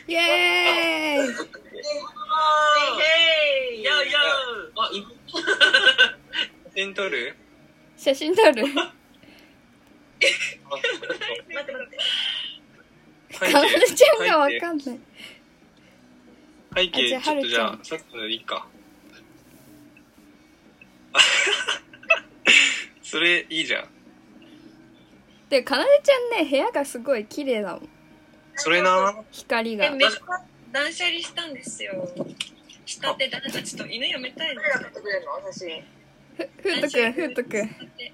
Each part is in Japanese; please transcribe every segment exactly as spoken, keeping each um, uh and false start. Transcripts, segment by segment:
イエーイ。 イエーイ。よよ。あ、い。写真撮る？ 写真撮る？ 待って待って。 かなでちゃんがわかんない。 背景ちょっとじゃあさっきのでいいか。それいいじゃん。 でかなでちゃんね部屋がすごい綺麗だもん。 それな。 光が。 めっちゃ断捨離したんですよ。下で誰たちと犬読めたいです。 誰が撮ってくれるの写真。 ふふうとくんふうとくん。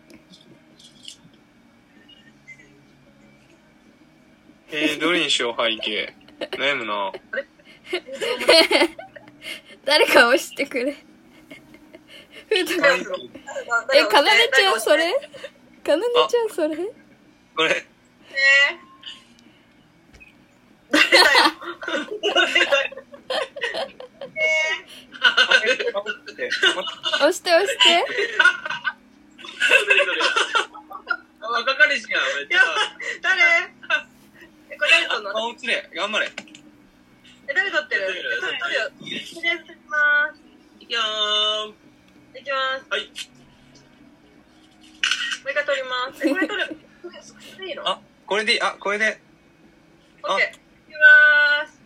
えー、どれにしよう背景。悩むな。 誰か押してくれ。ふうとくん。え、かなでちゃんそれ？かなでちゃんそれ？ これ。えー、 誰だよ。 押して押して。 若かりしやん。めっちゃ。 誰？え、これ誰撮るの？ 顔映れ。頑張れ。 え、誰撮ってる？撮るよ。とりあえず撮ります。いきまーす。いきます。はい。もう一回撮ります。え、これ撮る。これいいの？ あ、これでいい。あ、これで。 オッケー。いきまーす。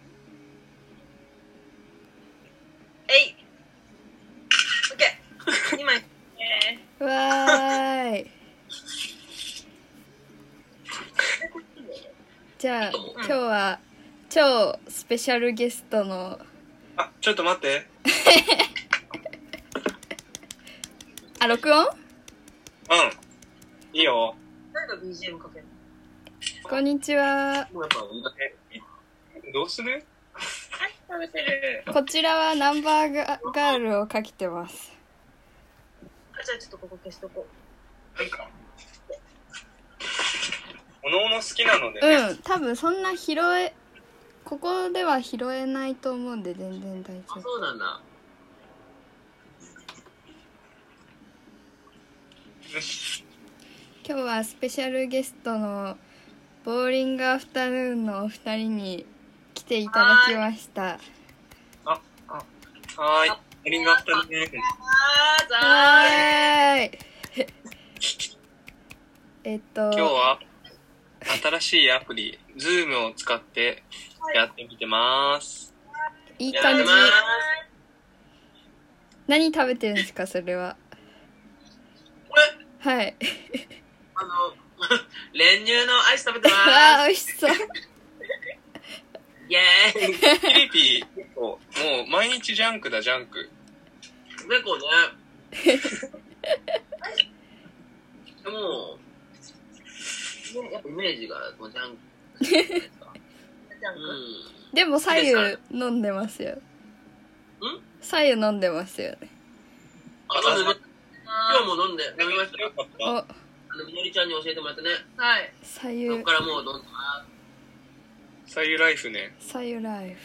えい。オッケー。にまい。えー、わーい。じゃあ、うん、今日は超スペシャルゲストの。 あ、ちょっと待って。 あ、録音？うん。 いいよ。 誰が ビージーエム かけるの？ こんにちは。 どうする？ はい、食べてる。 こちらはナンバーガールをかけてます。 あ、じゃあちょっとここ消しとこう。なんか、おのおの好きなので、 ね。うん、多分そんな拾え、ここでは拾えないと思うんで全然大丈夫。 あ、そうなんだ。 今日はスペシャルゲストのボーリングアフタヌーンのお二人に来ていただきました。 あ、あ、はーい。ボーリングアフタヌーン。 はーい。えっと。 今日は新しいアプリ、Zoom を使ってやってみてます。 いい感じ。何食べてるんですか、それは。 これ？ はい。 あの、練乳のアイス食べてます。 わあ、美味しそう。 イェーイ。ピリピー、もう毎日ジャンクだ、ジャンク。猫ね。でも、やっぱイメージがもうジャンクじゃないですか。ジャンク？ うん、でも左右飲んでますよ。ん？左右飲んでますよね。 あ、飲んで、今日も飲んで、飲みましたよ。お、あの、みのりちゃんに教えてもらってね。はい。 左右。 そっからもう飲んでます。左右ライフね。 左右ライフ。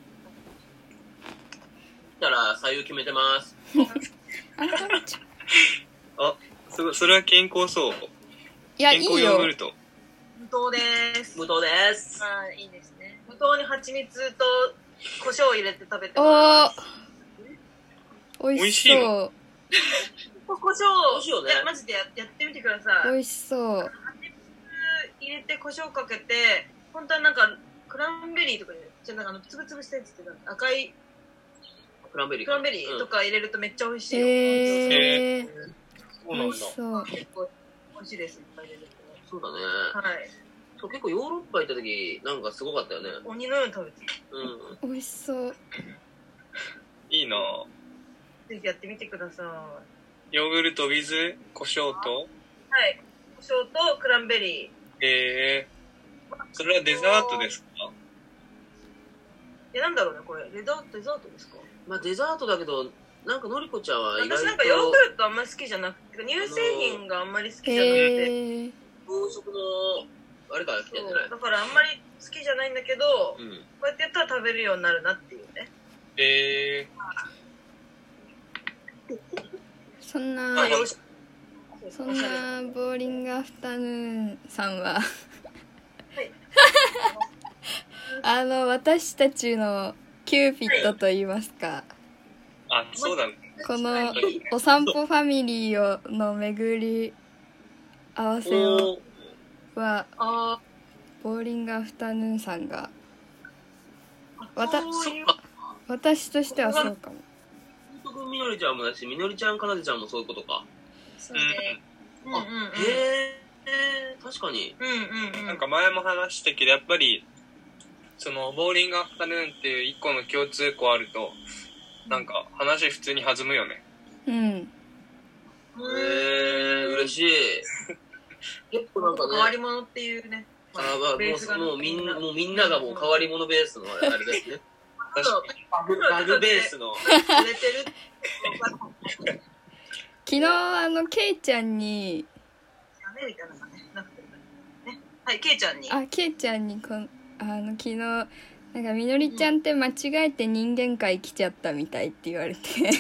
たら左右決めてます。 あ、食べちゃう。 あ、すごい、それは健康そう。 いや、いいよ。 健康ヨーグルト。 無糖です。 無糖です。 はい、いいですね。無糖に蜂蜜と胡椒を入れて食べてます。 おー、美味しそう。 胡椒、ね、いやマジで や, やってみてください。 美味しそう。 蜂蜜入れて胡椒かけて、本当はなんかクランベリーとかじゃなんかあのつぶつぶしたやつって赤いクランベリークランベリーとか入れるとめっちゃ美味しいよ。 へー、 そうなんだ。 美味しそう。 結構美味しいです。いっぱい入れると。 そうだね。 はい。 そう結構ヨーロッパ行った時なんかすごかったよね。 鬼のように食べてる。 うん。美味しそう。 いいな。 ぜひやってみてください。 ヨーグルト with 胡椒と。 はい。胡椒とクランベリー。へえー。それはデザートですか？ え、なんだろうねこれデザデザートですか？ まあデザートだけど。なんかのりこちゃんは意外と私なんかヨーグルトあんまり好きじゃなくて乳製品があんまり好きじゃなくて洋食のあれから来てんじゃない？ だからあんまり好きじゃないんだけど、うん、こうやってやったら食べるようになるなっていうね。 へえー、そんなそんなボーリングアフタヌーンさんは、はい、 あの私たちのキューピッドと言いますか、 あ、そうだね。 このお散歩ファミリーをの巡り合わせをはあボーリングアフタヌーンさんがあ、 わたそういう私としてはそうかも。 ほんとくんみのりちゃんもだし、みのりちゃんかなでちゃんもそういうことか。 そうね。 うんうんうん。 へえ確かに。 うんうんうん。 なんか前も話したけど、やっぱり、その、ボーリングアフタヌーンっていう一個の共通項あると、なんか話普通に弾むよね。 うんへえ嬉しい。結構なんかね、 変わり者っていうね。 あまあ、 ベースがもうもうみんな、もうみんながもう変わり者ベースのあれあれですね。 確かに。 バグ、バグベースの。 売れてる昨日あのケイちゃんにダメみたいなのがね、なくてね。はい、ケイちゃんに。 あケイちゃんにこんあの昨日なんかみのりちゃんって間違えて人間界来ちゃったみたいって言われて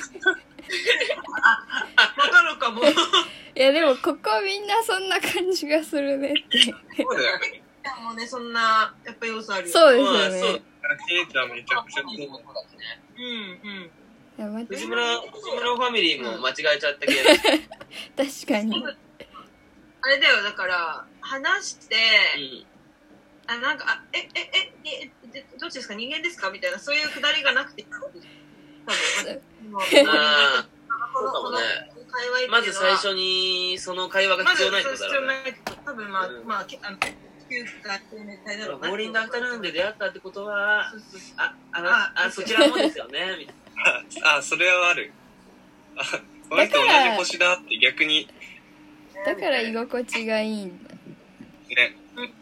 わかるかも。 いやでもここみんなそんな感じがするねってそうだよ。 ケイちゃんもね、そんな、やっぱ要素あるよ。 そうですまあそうよね。 ケイちゃんめちゃくちゃそういうことだしね。 うんうん。 いや間違藤村、藤村ファミリーも間違えちゃったけど。 確かにあれだよ、だから、話して、 うん。 あ、なんか、あえ、え、え、え、でどっちですか人間ですかみたいな、そういうくだりがなくていい多分。もうああ、そうかもね。 会話っていうのはまず最初にその会話がまず必要ないってことだろうね。 必要ない多分まあ、 うんまあ、けあの、休暇定年隊だろうな。 ボーリングアフタヌーンで出会ったってことはそう、そうそうあ、あの、 ああ、そちらもですよね、みたいあ、あ、それはある。あ、この人同じ星だって逆に、 だから居心地がいいんだ。 ね。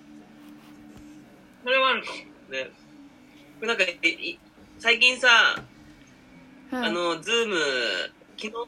それはあるかも。 な。ね。これなんか、いい最近さ、 はい、 あの、ズーム、昨日、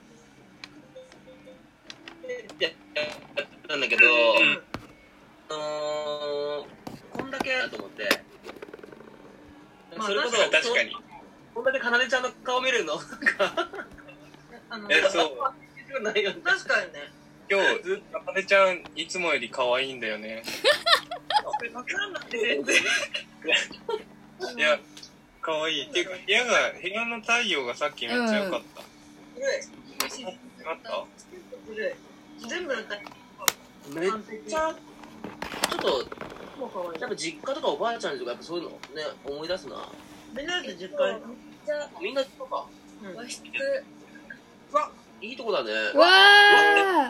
やったんだけど、 んあのー、こんだけだと思って、 まあそれこそ、 確かに。 こんだけかなでちゃんの顔見れるのなんか、 あの、 え、そう。 ないよね。 確かにね。 今日、ずっとかなでちゃん、いつもより可愛いんだよね。 わかんない全然。 いや、可愛い。っていうか、部屋が、部屋の太陽がさっきめっちゃ良かった。 ずるい。 あったずるい。全部だったら、 めっちゃ、ちょっと、 もう可愛いやっ。ぱ実家とかおばあちゃんとかやっぱそういうのね、思い出すな。 みんなで実家に。 じゃあ、 みんなとか、 うん和室。 わ、いいとこだね。 わーやばい。わ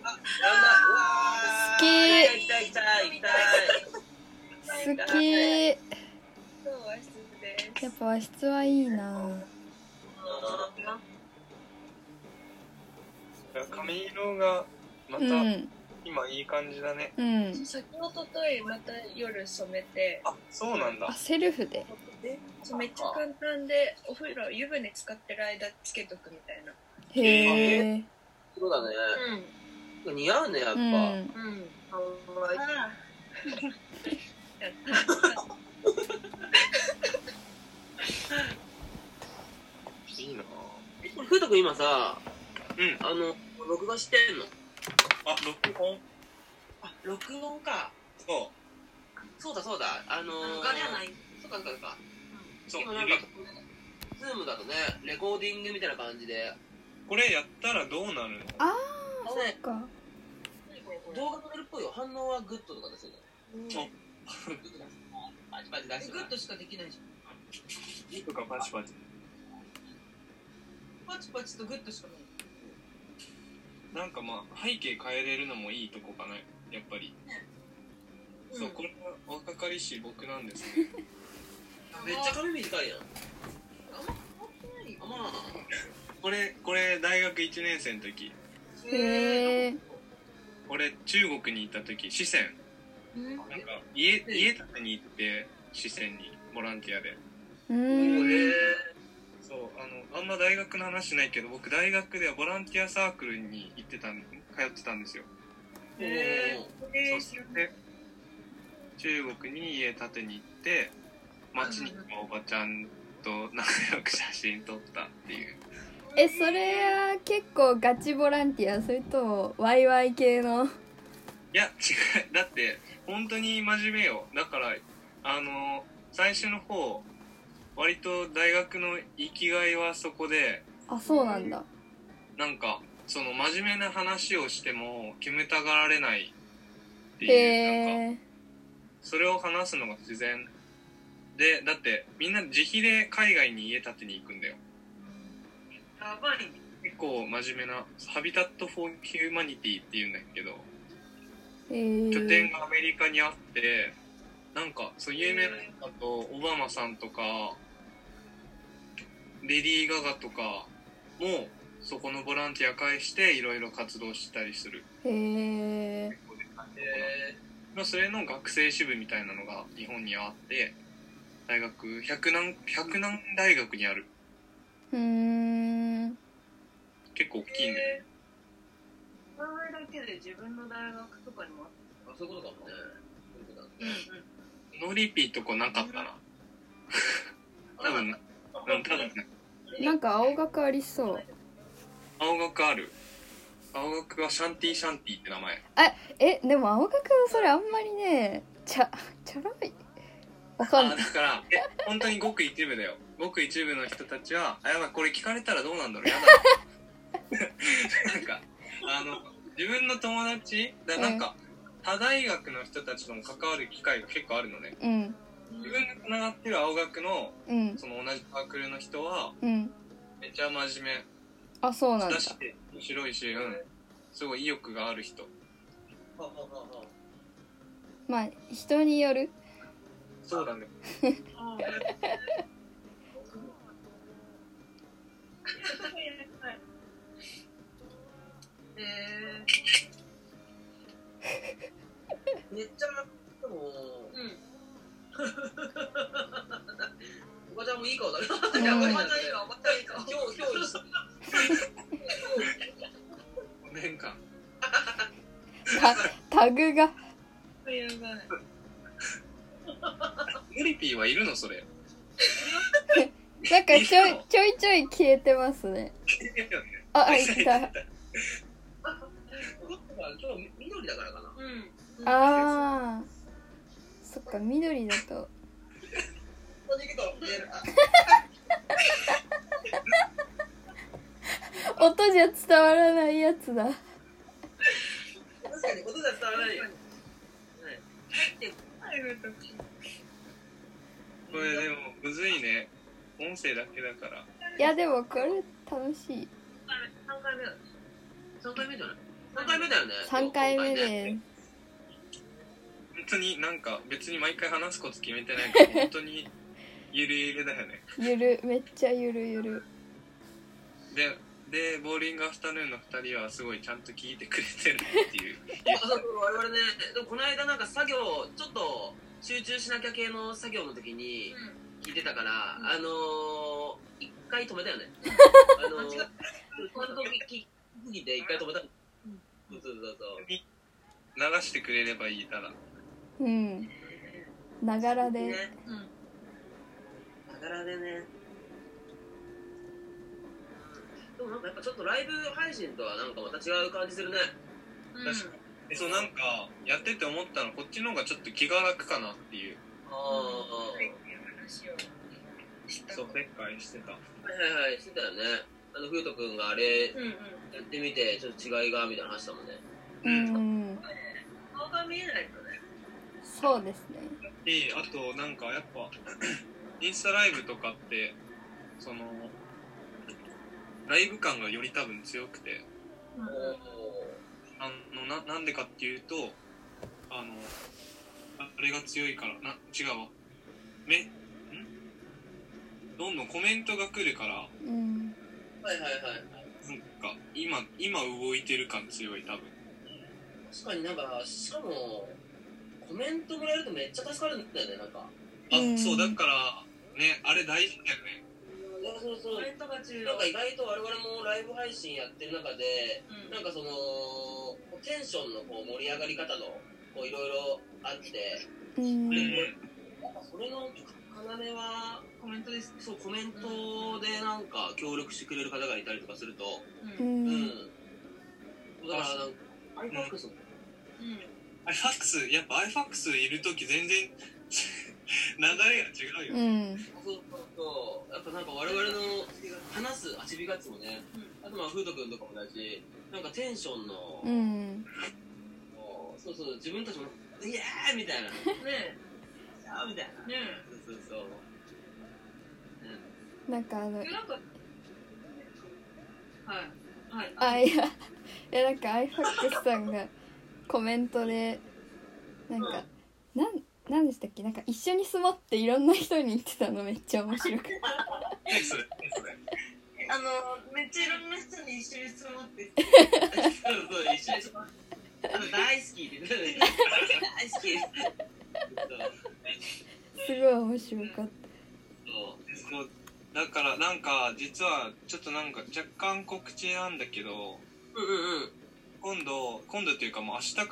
好きー行きたい行きたい行きたい。 好き。 そう、和室です。 やっぱ和室はいいな。 髪色が、まうた、 ん今いい感じだね。 うん。 先ほどといまた夜染めて、 あ、そうなんだあ。セルフで。 そうめっちゃ簡単で、お風呂、湯船使ってる間つけとくみたいな。 へえ。 そうだね。 う似合うね、やっぱ。 うん。 ん。うん。可愛い。 やったいいなぁ。 これ、ふうとくん今さ、 うん。 あの、録画してんの？ あ、録音あ、録音か。 そそうだそうだ。あのー、 録画ではない。 そうかそうかそうか。 う。そう。 今なんか、ズームだとね、レコーディングみたいな感じで、 これやったらどうなるのああ、 ねそっか。 動画撮れるっぽいよ。反応はグッドとかですよね。 そう。 パチパチ出してグッドしかできないじゃん。 とかパチパチ。 パチパチとグッドしかない。 なんかまあ、背景変えれるのもいいとこかな、やっぱり。そう、これは若かりし僕なんですね。 めっちゃ髪短いやん。 あんま変わってないよ。 あ、まあ。 これ、これ大学いちねん生の時。 へえ。 俺、中国に行った時、四川。 うん。 なんか、家、家建てに行って、四川に、ボランティアで。 うへん。 え。 そう、あの、あんま大学の話しないけど、僕大学ではボランティアサークルに行ってたん、通ってたんですよ。 へそうそれで、中国に家建てに行って、街にいたおばちゃんと仲良く写真撮ったっていう。 え、それは結構ガチボランティア、それともワイワイ系の。 いや、違う。だって、本当に真面目よ。だから、あの、 最初の方割と大学の生きがいはそこで、 あ、そうなんだ。 なんかその真面目な話をしても煙たがられないっていう、 へなんかそれを話すのが自然で、だってみんな自費で海外に家建てに行くんだよ。 やばいね。 結構真面目なハビタット・フォー・ヒューマニティっていうんだけど、 えー、 拠点がアメリカにあって、なんかそう有名な人だとオバマさんとかレディー・ガガとかもそこのボランティア介していろいろ活動したりする。 へえ。 えまあそれの学生支部みたいなのが日本にはあって、大学百何百何大学にある。 うーん。 結構大きいんだよ。 名前だけで自分の大学とかにもあっー、あ、そういうことかもね。 た。うんうん。 ノリピーとこなかったな。多分、うん、多分ね。 なんか青学ありそう。 青学ある。青学はシャンティーシャンティーって名前。 え、でも青学それあんまりね、ちゃ、ちゃらい。わかんない。 あ、だからえ本当にごく一部だよ。ごく一部の人たちは、あ、やばい、これ聞かれたらどうなんだろう、やだなんかあの自分の友達だ、なんか、うん、他大学の人たちとも関わる機会が結構あるのね。 うん。 自分がつながってる青学の、 うん、 その同じサークルの人は、 うん、 めっちゃ真面目。 あ、そうなんだ。 だし面白いし、うん、すごい意欲がある人。 はははは。 まあ人による。 そうだね。 えー、めっちゃでも、 うん。 おばちゃんもいい顔だね。 うん、 やばいおばちゃんいい顔、おばちゃんいい顔。 今日今日ごねんかん。 タタグが。 やばい。 ノリピーはいるのそれ？ なんかちょいちょいちょい消えてますね。あ、あ、いた。 ちょっと緑だからかな。 うん。 ああ、そっか、緑だと。音じゃ伝わらないやつだ。 確かに音じゃ伝わらないよ。 これでもむずいね。音声だけだから。 いやでもこれ楽しい。 さんかいめだ。 さんかいめじゃない？さんかいめだよね。 さんかいめで。 本当になんか別に毎回話すこと決めてないから本当にゆるゆるだよね。 ゆる、めっちゃゆるゆる。 で、でボーリングアフタヌーンのふたりはすごいちゃんと聞いてくれてるっていう。 あ、そうそう、我々ね、でもこの間なんか作業ちょっと集中しなきゃ系の作業の時に聞いてたから、うん、あのー、一回止めたよね。あのー、ちゃんと聞きすぎて一回止めた。うん、そうそうそうそう。 流してくれればいいたら。 うん。ながらで。ね、 うん。 ながらでね。でもなんかやっぱちょっとライブ配信とはなんかまた違う感じするね。 うん、 確かに。そう、なんかやってて思ったのこっちの方がちょっと気が楽かなっていう。 ああ。 そう、撤回してた。 はいはいはい、してたよね。あの、ふうとくんがあれ、 うんうん、 やってみて、ちょっと違いが、みたいな話だもんね。 うん。 顔が見えないとね。 そうですね。 で、あと、なんかやっぱ、インスタライブとかって、その、ライブ感がより多分強くて、 うん、 あのな、なんでかっていうと、あの、あれが強いから、な、違うわ。め、んどんどんコメントが来るから、 うん。 はいはいはい。 なんか、今、今動いてる感強い、多分。 確かになんか、しかも、コメントもらえるとめっちゃ助かるんだよね、なんか。 あ、うん、そう、だから、ね、あれ大事だよね。 そうそうそう。なんか意外と我々もライブ配信やってる中で、うん、なんかその、テンションのこう盛り上がり方の、こういろいろあって、 うん、 で、なんかそれの要は、 コメントです、ね、 そう、コメントでなんか協力してくれる方がいたりとかすると、 うん。うん、 だからなんか、アイファックス も。 うん。 アイファックス、やっぱアイファックスいるとき全然違うよ、 うん、 そうそうそう。やっぱなんか我々の話すあちびがつもね、あとまあ風斗くんとかもだし、なんかテンションの、 うん、 そうそう、自分たちもイエーイみたいなね、あみたいなね、そうそうそう。 なんかあの、 なんかはいはい。 あ、いや、いやなんかアイファックスさんがコメントでなんか、うん、なんなんでしたっけ、なんか一緒に住もうっていろんな人に言ってたのめっちゃ面白くて何それそれあのめっちゃいろんな人に一緒に住もうって言ってそうそう一緒に住もうあの大好きって言って大好きすごい面白かった。そうそうだからなんか実はちょっとなんか若干告知なんだけど、 うんうんうん、 今度今度っていうかもう明日から、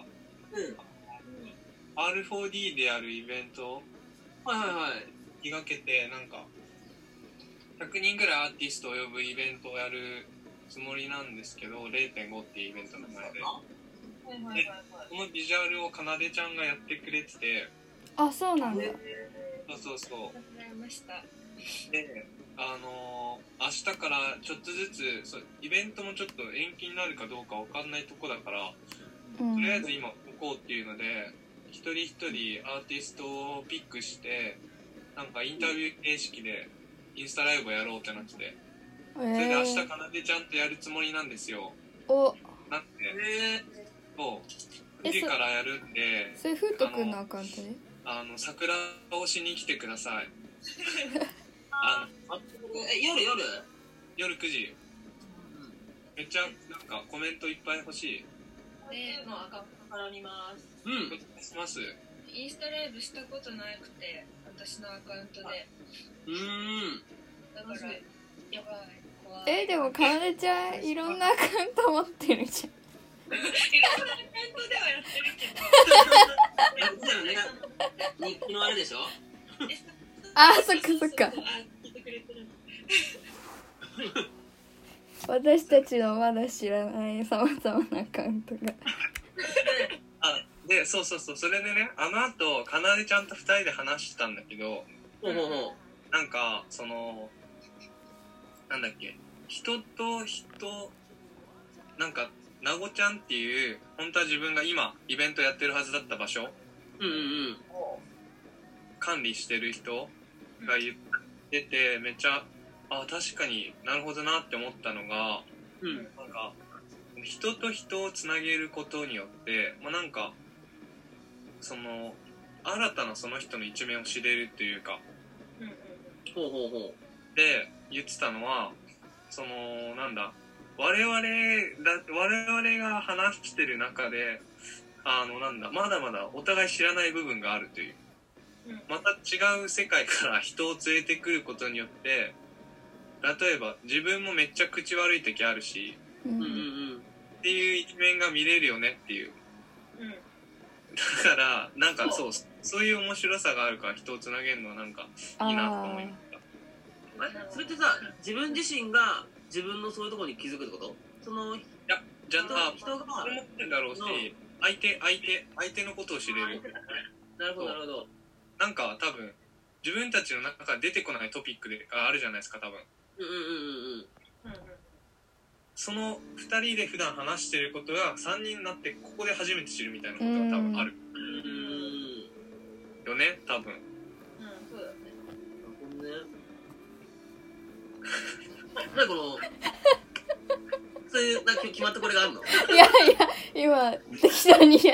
うん、アールフォーディー でやるイベントはいはいはい手がけて、なんかひゃくにんぐらいアーティストを呼ぶイベントをやるつもりなんですけど、 ゼロてんご っていうイベントの前で、はいはいはいはい、でこのビジュアルをかなでちゃんがやってくれてて、 あ、そうなんだ。 そうそうそう。 ありがとうございました。 で、あのー、明日からちょっとずつそうイベントもちょっと延期になるかどうかわかんないとこだから、うん、とりあえず今置こうっていうので、一人一人アーティストをピックしてなんかインタビュー形式でインスタライブをやろうってなってて、それで明日かなでちゃんとやるつもりなんですよ。 おなって、えー、そうくじからやるんで、 それふうとくんのアカウントであの桜をしに来てくださいあのえ夜夜夜くじ、うん、めっちゃなんかコメントいっぱい欲しい。 でもうアカウントから見ます。 うん、します。 インスタライブしたことなくて、私のアカウントで。 うーん。 だから、やばい、怖い。 え、でもかなでちゃんいろんなアカウント持ってるじゃん。 いろんなアカウントではやってるけど。日記のあれでしょ？ あ、そっかそっか。 聞いてくれてる。 私たちのまだ知らないさまざまなアカウントがあで、そうそうそう、それでね、あの後かなでちゃんとふたりで話してたんだけど、 うんうん、 なんかそのなんだっけ、人と人なんかなごちゃんっていう本当は自分が今イベントやってるはずだった場所、 うんうんうん、 管理してる人が言ってて、めっちゃあ確かになるほどなって思ったのが、うん、なんか人と人をつなげることによって、まあ、なんかその新たなその人の一面を知れるっていうか、 うんうん、ほうほうほうで言ってたのは、そのなんだ我々だ我々が話してる中であのなんだまだまだお互い知らない部分があるという、うん、また違う世界から人を連れてくることによって、例えば自分もめっちゃ口悪い時あるし、うんうんうん、っていう一面が見れるよねっていう、うん、だからなんかそうそういう面白さがあるから人をつなげるのはなんかいいなと思いました。 それってさ、自分自身が自分のそういうところに気づくってこと？そのいやじゃあ人が思ってるだろうし、相手相手相手のことを知れる。 なるほどなるほど。 なんか多分自分たちの中から出てこないトピックであるじゃないですか多分。 うんうんうんうん。 そのふたりで普段話してることがさんにんになってここで初めて知るみたいなことが多分ある。うんよね多分。うんそうだね。 なるほどね。なんかこのそういうなんか決まったこれがあるの？ いやいや今適当にや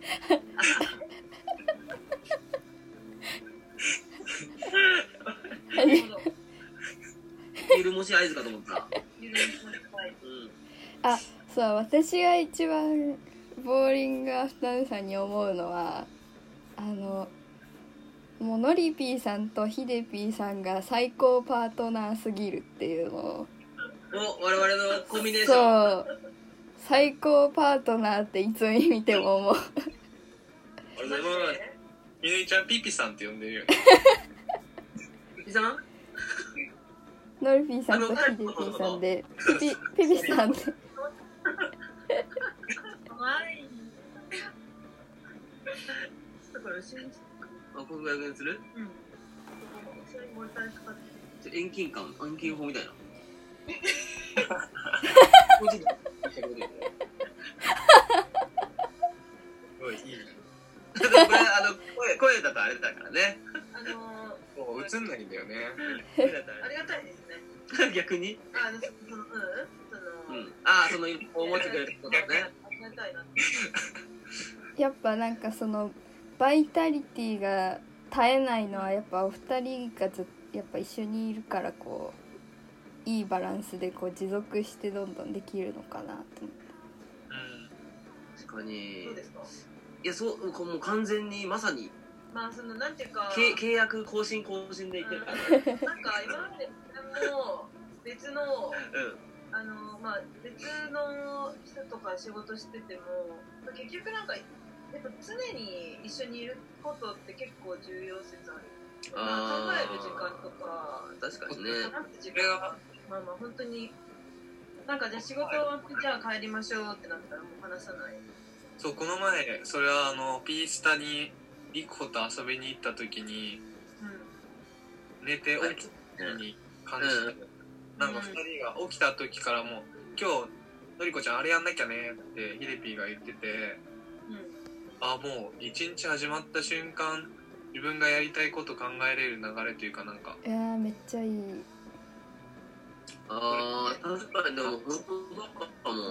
ゆるもし合図かと思った。ゆるもし合図。 あ、そう、私が一番ボーリングアフタヌーンさんに思うのはあのもうのりぴーさんとひでぴーさんが最高パートナーすぎるっていうのを、 お我々のコンビネーション、 そう最高パートナーっていつ見ても思う。 俺でもみのりちゃんピピさんって呼んでるよね。 ピピさんのりぴーさんとひでぴーさんでピピピピさんってかわいい。 だから信じあ、これぐらいにする？ うん。それモルタルかかってる。 遠近感、遠近法みたいな。 すごいいい。 でもこれあの声声だとあれだからね。 あのもう映んないんだよね。 声だとー、ありがたいですね。 あれ逆に。 あの、その、うん、その、 うん。ああ、その思ってくれることだね。 ありがたいな。 やっぱなんかそのバイタリティが絶えないのはやっぱお二人がずやっぱ一緒にいるからこういいバランスでこう持続してどんどんできるのかなと思って。 確かに。 どうですか？ いや、そうこうもう完全にまさにまあそのなんていうか、 契契約更新更新で言ってるからね。 なんか今までも別のうん。 あのまあ別の人とか仕事してても結局なんかやっぱ常に一緒にいることって結構重要説ある。まあ、考える時間とか確かにね。 話す時間まあまあ本当になんかじゃあ仕事終わってじゃあ帰りましょうってなったらもう話さない。 そう、この前それはあのピースタにリコと遊びに行った時に、うん、寝て起きた時に感じた、うん、なんかふたりが起きた時からもう今日のりこちゃんあれやんなきゃねってヒデピーが言ってて、うん、あもう一日始まった瞬間自分がやりたいこと考えれる流れというかなんかいやーめっちゃいい。 ああ確かにでも本当そうかも。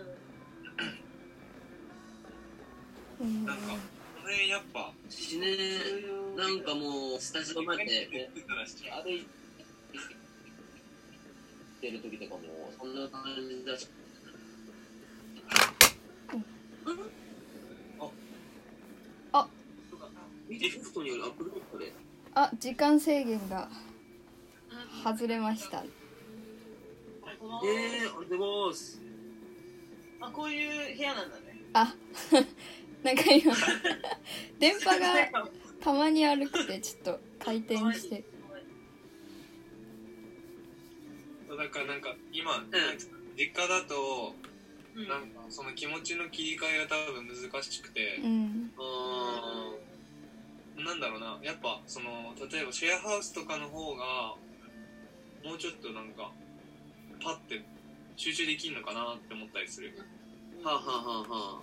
うん、 なんかこの辺やっぱ死ねなんかもうスタジオまで歩いてる時とかもそんな感じだし。 ああ見てフトによるアップルこれ。 あ時間制限が外れました。 えー、ありがとうございます。 あこういう部屋なんだね。 あなんか今電波がたまに悪くてちょっと回転してだからなんか今、うん、実家だと、うん、なんかその気持ちの切り替えが多分難しくて、うん、あなんだろうなやっぱその例えばシェアハウスとかの方がもうちょっとなんかパッて集中できるのかなって思ったりする。 はあはあはあはあ。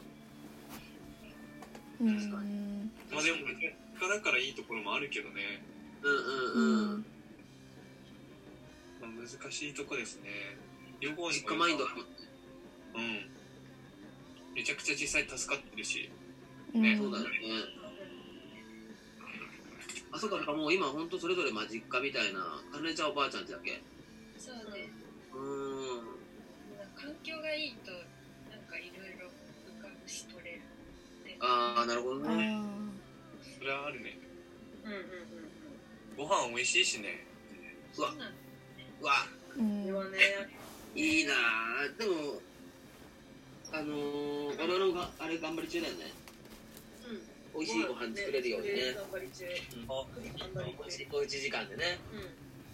うん確かに。 まあでも実家だからいいところもあるけどね。 うんうんうん。 まあ、難しいとこですね。両方に実家マインド。うん。 めちゃくちゃ実際助かってるし。 ね。 そうだよね。あそうかだからもう今本当それぞれまあ実家みたいなかなえちゃんおばあちゃんってだけ。 そうね。 うーん。 環境がいいとなんかいろいろ浮かぶし取れる、ね。 ああなるほどね。 それはあるね。 うんうんうん。 ご飯美味しいしね。 うわ。うわ。 うん。 いいなぁ。でもあのー、我々があれ頑張り中だよね。うん。美味しいご飯作れるようにね。 頑張り中。 おうちおうち時間でね。うん。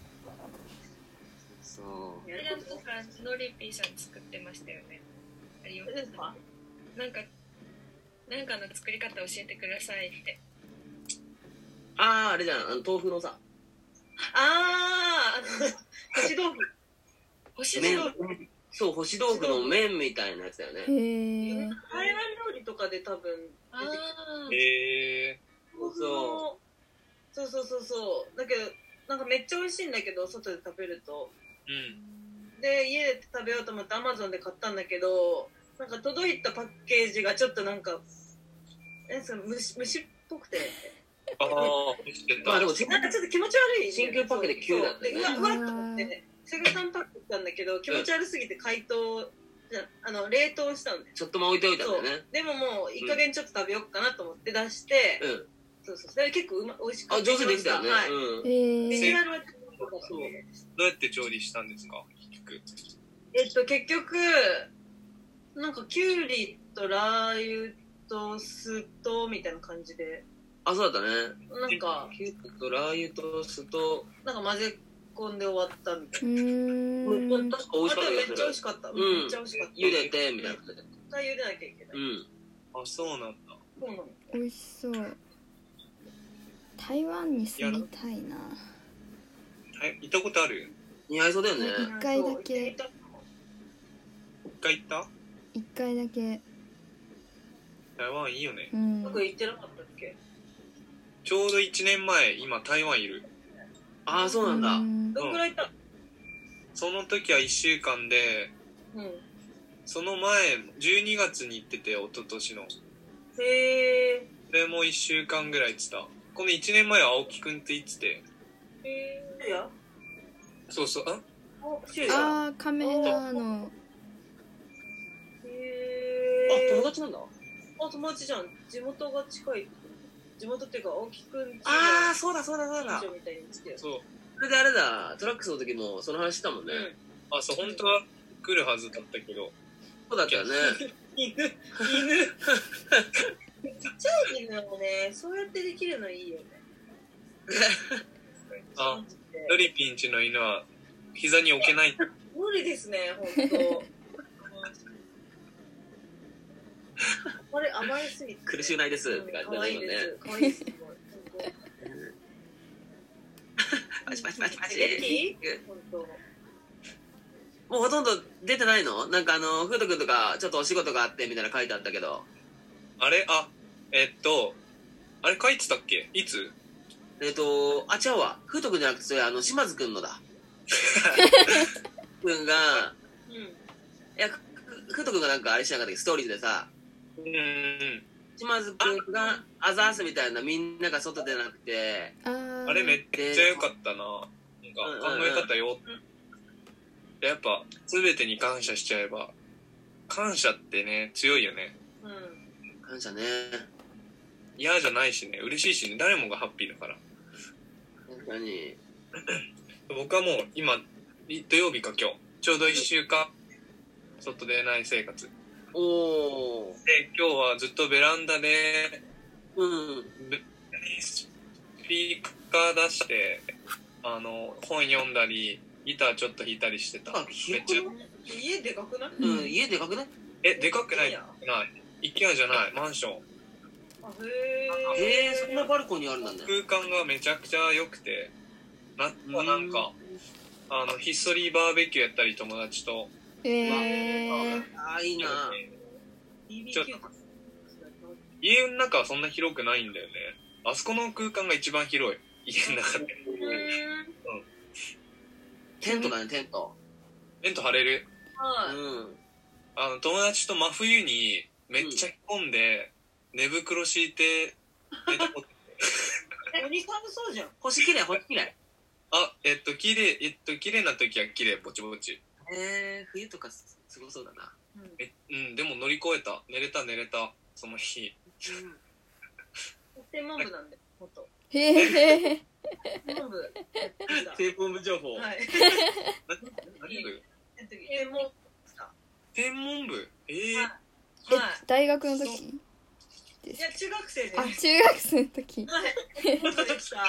そう。 あれなんかノリピーさん作ってましたよね。ありますか？なんかなんかの作り方教えてくださいって。 あああれじゃんあの豆腐のさ。 ああ干し豆腐。 干し豆腐。 そう干し豆腐の麺みたいなやつだよね。 へえ。 台湾料理とかで多分出てくる。 へえ。 そうそうそうそうそうだけどなんかめっちゃ美味しいんだけど外で食べると。 うん。 で家で食べようと思ってアマゾンで買ったんだけどなんか届いたパッケージがちょっとなんかえその虫虫っぽくて。 ああ、 まあでもなんかちょっと気持ち悪い。 真空パックできゅうだったね。 うわうわっと思ってすぐさんパックしたんだけど気持ち悪すぎて解凍じゃあの冷凍したんで。 ちょっとま置いておいたんだよね。 でももういい加減ちょっと食べようかなと思って出して、うん、そうそうそれ結構うま美味しかった。 あ上手できたよね。 はい。 うん、 ビジュアルはそうどうやって調理したんですか？ えっと結局なんかきゅうりとラー油と酢とみたいな感じで。 あそうだったね。 なんかきゅうりとラー油と酢となんか混ぜ込んで終わったみたいな。 うーん。 確か美味しかった。 めっちゃ美味しかった。うん。めっちゃ美味しかった。 茹でてみたいな。絶対茹でなきゃいけない。 うん。 あそうなんだ。 そうなの。 美味しそう。 台湾に住みたいな。 はい行ったことある？ 似合いそうだよね。 一回だけ一回行った？ 一回だけ。 台湾いいよね。 うん僕行ってなかったっけ？ ちょうどいちねんまえ今台湾いる。 ああ、そうなんだ。 うんどんくらい行ったの？ その時はいっしゅうかんで、 うん。 その前じゅうにがつに行ってて、一昨年のへえ。 それもいっしゅうかんぐらい行ってた。このいちねんまえは青木くんって言ってて、 へえ。シュヤ？ そうそう、あお、シュヤ。 あーカメラのへあ、 え。 友達なんだ。 あ、友達じゃん。地元が近い。地元っていうか、青木くんちああ、そうだそうだそうだ近。所みたいにして。 そう。 それであれだ、トラックスの時もその話したもんね。 うん。 あ、そう、本当は来るはずだったけど、 そうだったよね。 犬。犬。ちっちゃい犬もね、そうやってできるのいいよね。 あ信じてロリピンチの犬は膝に置けない。 無理ですね、本当。あれ、甘えすぎて。 苦しゅうないですって感じ可だね、今ね。 愛いです。可愛いです。 パチパチパチパチ。 元気？本当。 もうほとんど出てないの？なんかあの、ふうとくんとか、ちょっとお仕事があってみたいな書いてあったけど。 あれあ、えっと、あれ書いてたっけいつ？ えっと、あ、違うわ。ふうとくんじゃなくて、それあの、島津くんのだ。くんが、 うん。 いや、ふうとくんがなんかあれしなかったっけ、ストーリーズでさ、 うんうん。 島津くんがアザースみたいなみんなが外出なくて、 あーあれめっちゃ良かったな。なんか考え方よ。やっぱ全てに感謝しちゃえば、感謝ってね強いよね。 うん。 感謝ね。 嫌じゃないしね、嬉しいしね、誰もがハッピーだから。 確かに。 僕はもう今土曜日か今日ちょうどいっしゅうかん外出ない生活おー。 で、今日はずっとベランダでうん。 ベスピーカー出してあの本読んだりギターちょっと弾いたりしてた。 あ、 め広っちゃくない？ 家でかくない？ うん、家でかくない？ えでかくない？ いやないイケアじゃないマンション。 あ、へえ。 えー、そんなバルコニーあるんだね。 空間がめちゃくちゃ良くて、夏はなんかあのひっそりバーベキューやったり友達と。 えー、 あー、いいな。 ちょっと家の中はそんな広くないんだよね。あそこの空間が一番広い家の中で。 テントだね、テント。 テント張れる。 はい。 うん。 あの友達と真冬にめっちゃ着込んで、寝袋敷いて寝たこと。 え、鬼寒そうじゃん。 星綺麗、星綺麗。 あ、えっと綺麗えっと綺麗な時は綺麗ぼちぼち。 えー、冬とかすすごそうだな。 えうんでも乗り越えた。寝れた寝れたその日。 天文部なんで、ほんと。 へえ天文部。 テープ音部情報。 はい。 何部？ 天文天文部。えー、 はい。 えは大学の時い。いや、中学生で。 あ中学生の時はい。元でした。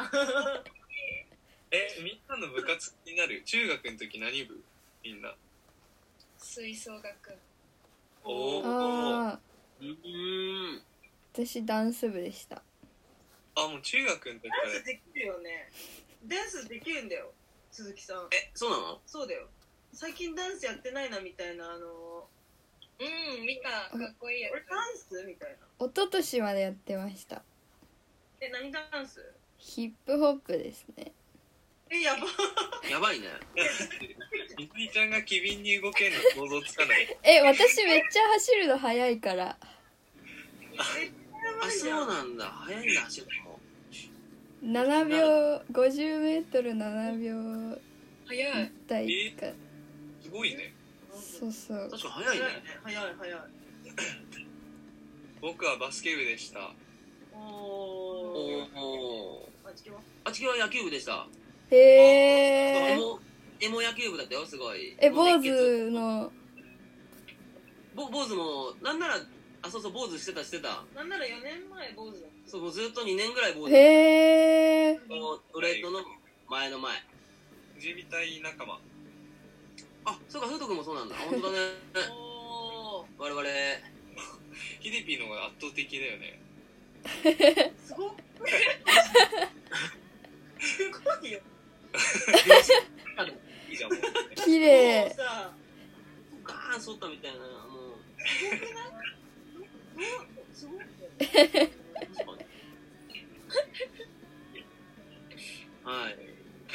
えみんなの部活気になる。中学の時何部？みんな。 吹奏楽。 おーあうーん。 ー私ダンス部でした。 あもう中学の時からダンスできるよね。ダンスできるんだよ、鈴木さん。 え、そうなの？ そうだよ。最近ダンスやってないなみたいな、あのうん、見た。かっこいいや俺ダンスみたいな。 一昨年までやってました。 え、何ダンス？ ヒップホップですね。 え、やば。 やばいね。 みつりちゃんが機敏に動けんの想像つかない。 え私めっちゃ走るの速いから。 あ、そうなんだ。早いんだ、走るの。 ななびょうごじゅうメートルななびょう早い。 台か。 すごいね。 そうそう。 確か早いね。 早い早い。 僕はバスケ部でした。 おおー。 お。 あちきは？ あちきは野球部でした。 へえ。 エモ、エモ野球部だったよ、すごい。 え坊主のぼ坊主も、なんなら、あ、そうそう、坊主してたしてた。 なんならよねんまえ坊主だっそう、もうずっとにねんぐらい坊主。 へえ。 こうトレードの前の前。 藤井隊仲間。 あ、そうか、ふうとくんもそうなんだ。本当だね。 た。おー。 我々、 ヒデピーの方が圧倒的だよね。 すごっ。 すごいよ。 いいじゃんもう綺麗もうさ、 ガーン剃ったみたいな、もう。 すごくない？ 確かに。はい。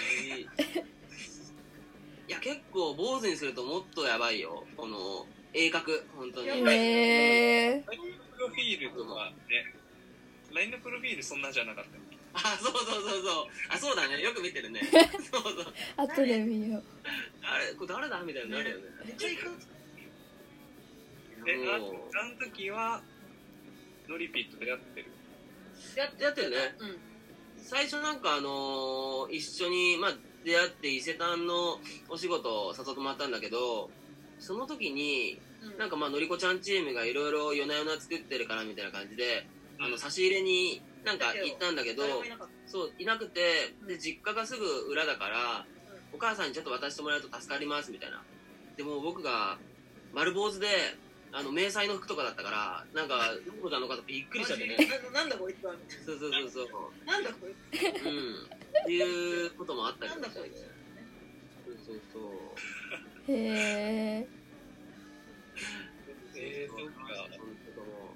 いや、結構坊主にするともっとやばいよ。この鋭角、本当に。 やばいへえラインのプロフィールとかね、ラインのプロフィールそんなじゃなかったよ。 あ、そうそうそうそう。あ、そうだね。よく見てるね。そうそう。 後で見よう。 あれ、これ誰だみたいになるよね。 めっちゃいかつで、あもうあの時はノリピーと出会ってる。 やってやってるね。 うん。 最初なんかあのー一緒に、まあ、出会って伊勢丹のお仕事を誘ってもらったんだけど、その時にうんなんかまあのりこちゃんチームがいろいろ夜な夜な作ってるからみたいな感じで、あの差し入れになんか行ったんだけど、 誰もいなかっそういなくて、で実家がすぐ裏だから、お母さんにちょっと渡してもらうと助かりますみたいな。でも僕が丸坊主であの迷彩の服とかだったから、なんかどこなのかとびっくりしちゃってね。 ななんだこいつはみたいそうそうそうそう。 な。なんだこいつ。 うん。っていうこともあったりとかしてなんだこいつ。 そうそうそう。 へええー、そっか。 そういうことも。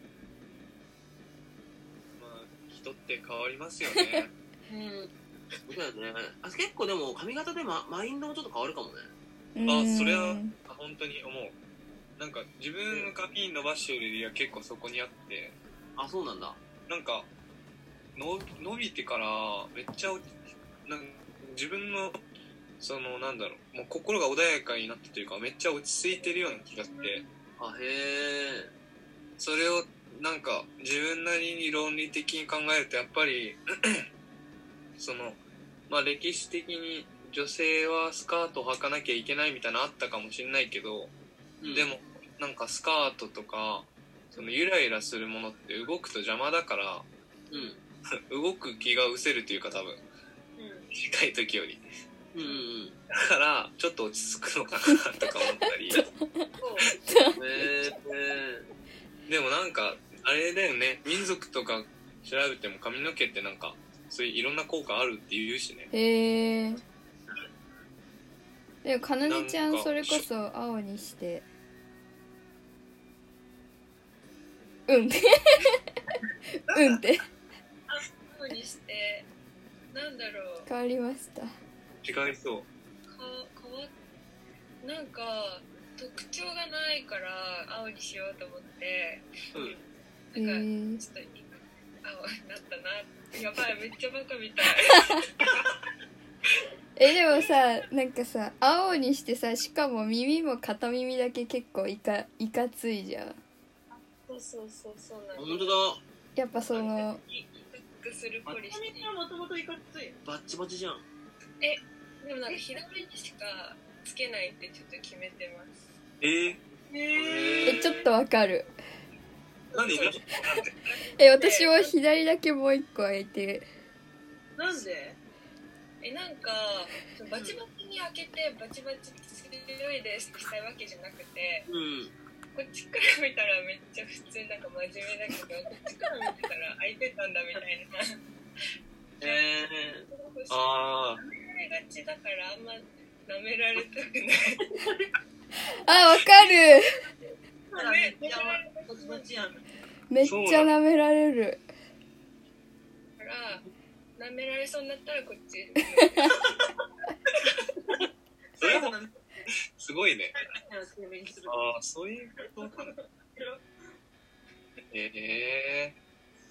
まあ人って変わりますよね。 うん。 そうだよね。あ、結構でも髪型で、ま、マインドもちょっと変わるかもね。 ーあ、それはあ本当に思う。なんか自分の髪伸ばしてる理由は結構そこにあって、 あ、そうなんだ。 なんかの伸びてからめっちゃ落ちなんか自分のそのなんだろう、もう心が穏やかになったというかめっちゃ落ち着いてるような気がして、 あ、へえ。 それをなんか自分なりに論理的に考えるとやっぱりそのまあ歴史的に女性はスカートを履かなきゃいけないみたいなのあったかもしれないけど、 うんでもなんかスカートとかそのゆらゆらするものって動くと邪魔だからうん。 動く気が失せるというか多分短い時よりうんうんうん。 だからちょっと落ち着くのかなとか思ったりへえ。 でもなんかあれだよね、民族とか調べても髪の毛ってなんかそういういろんな効果あるって言うしね。 へえでもかなねちゃなんかんそれこそ青にしてうんってうんって青にしてなんだろう変わりました。 違いそう。 か変わっなんか特徴がないから青にしようと思ってうん。 へなんかえちょっと青になったな。やばい、めっちゃバカみたい。 えでもさなんかさ青にしてさしかも耳も片耳だけ結構いかいかついじゃん。 そうそうそうそうなん本当だ。 やっぱそのいくするポリシ髪はもともといかつい。 バッチバチじゃん。 ー。でもなんか左にしかつけないってちょっと決めてます。 えー、 へえちょっとわかる。 なんでなんでえ私も左だけもう一個開いてなんで？ えなんかそのバチバチに開けてバチバチ強いですってしたいわけじゃなくて、 うん。 こっちから見たらめっちゃ普通なんか真面目だけど、こっちから見てたら開いてたんだみたいな。 へえ。 あ舐められがちだからあんま舐められたくない。 あわかるめっちゃバチバチやん。 めっちゃ舐められる。 から舐められそうになったらこっち。 それもすごいね。 強めにする。 ああそういうことかな。ええへ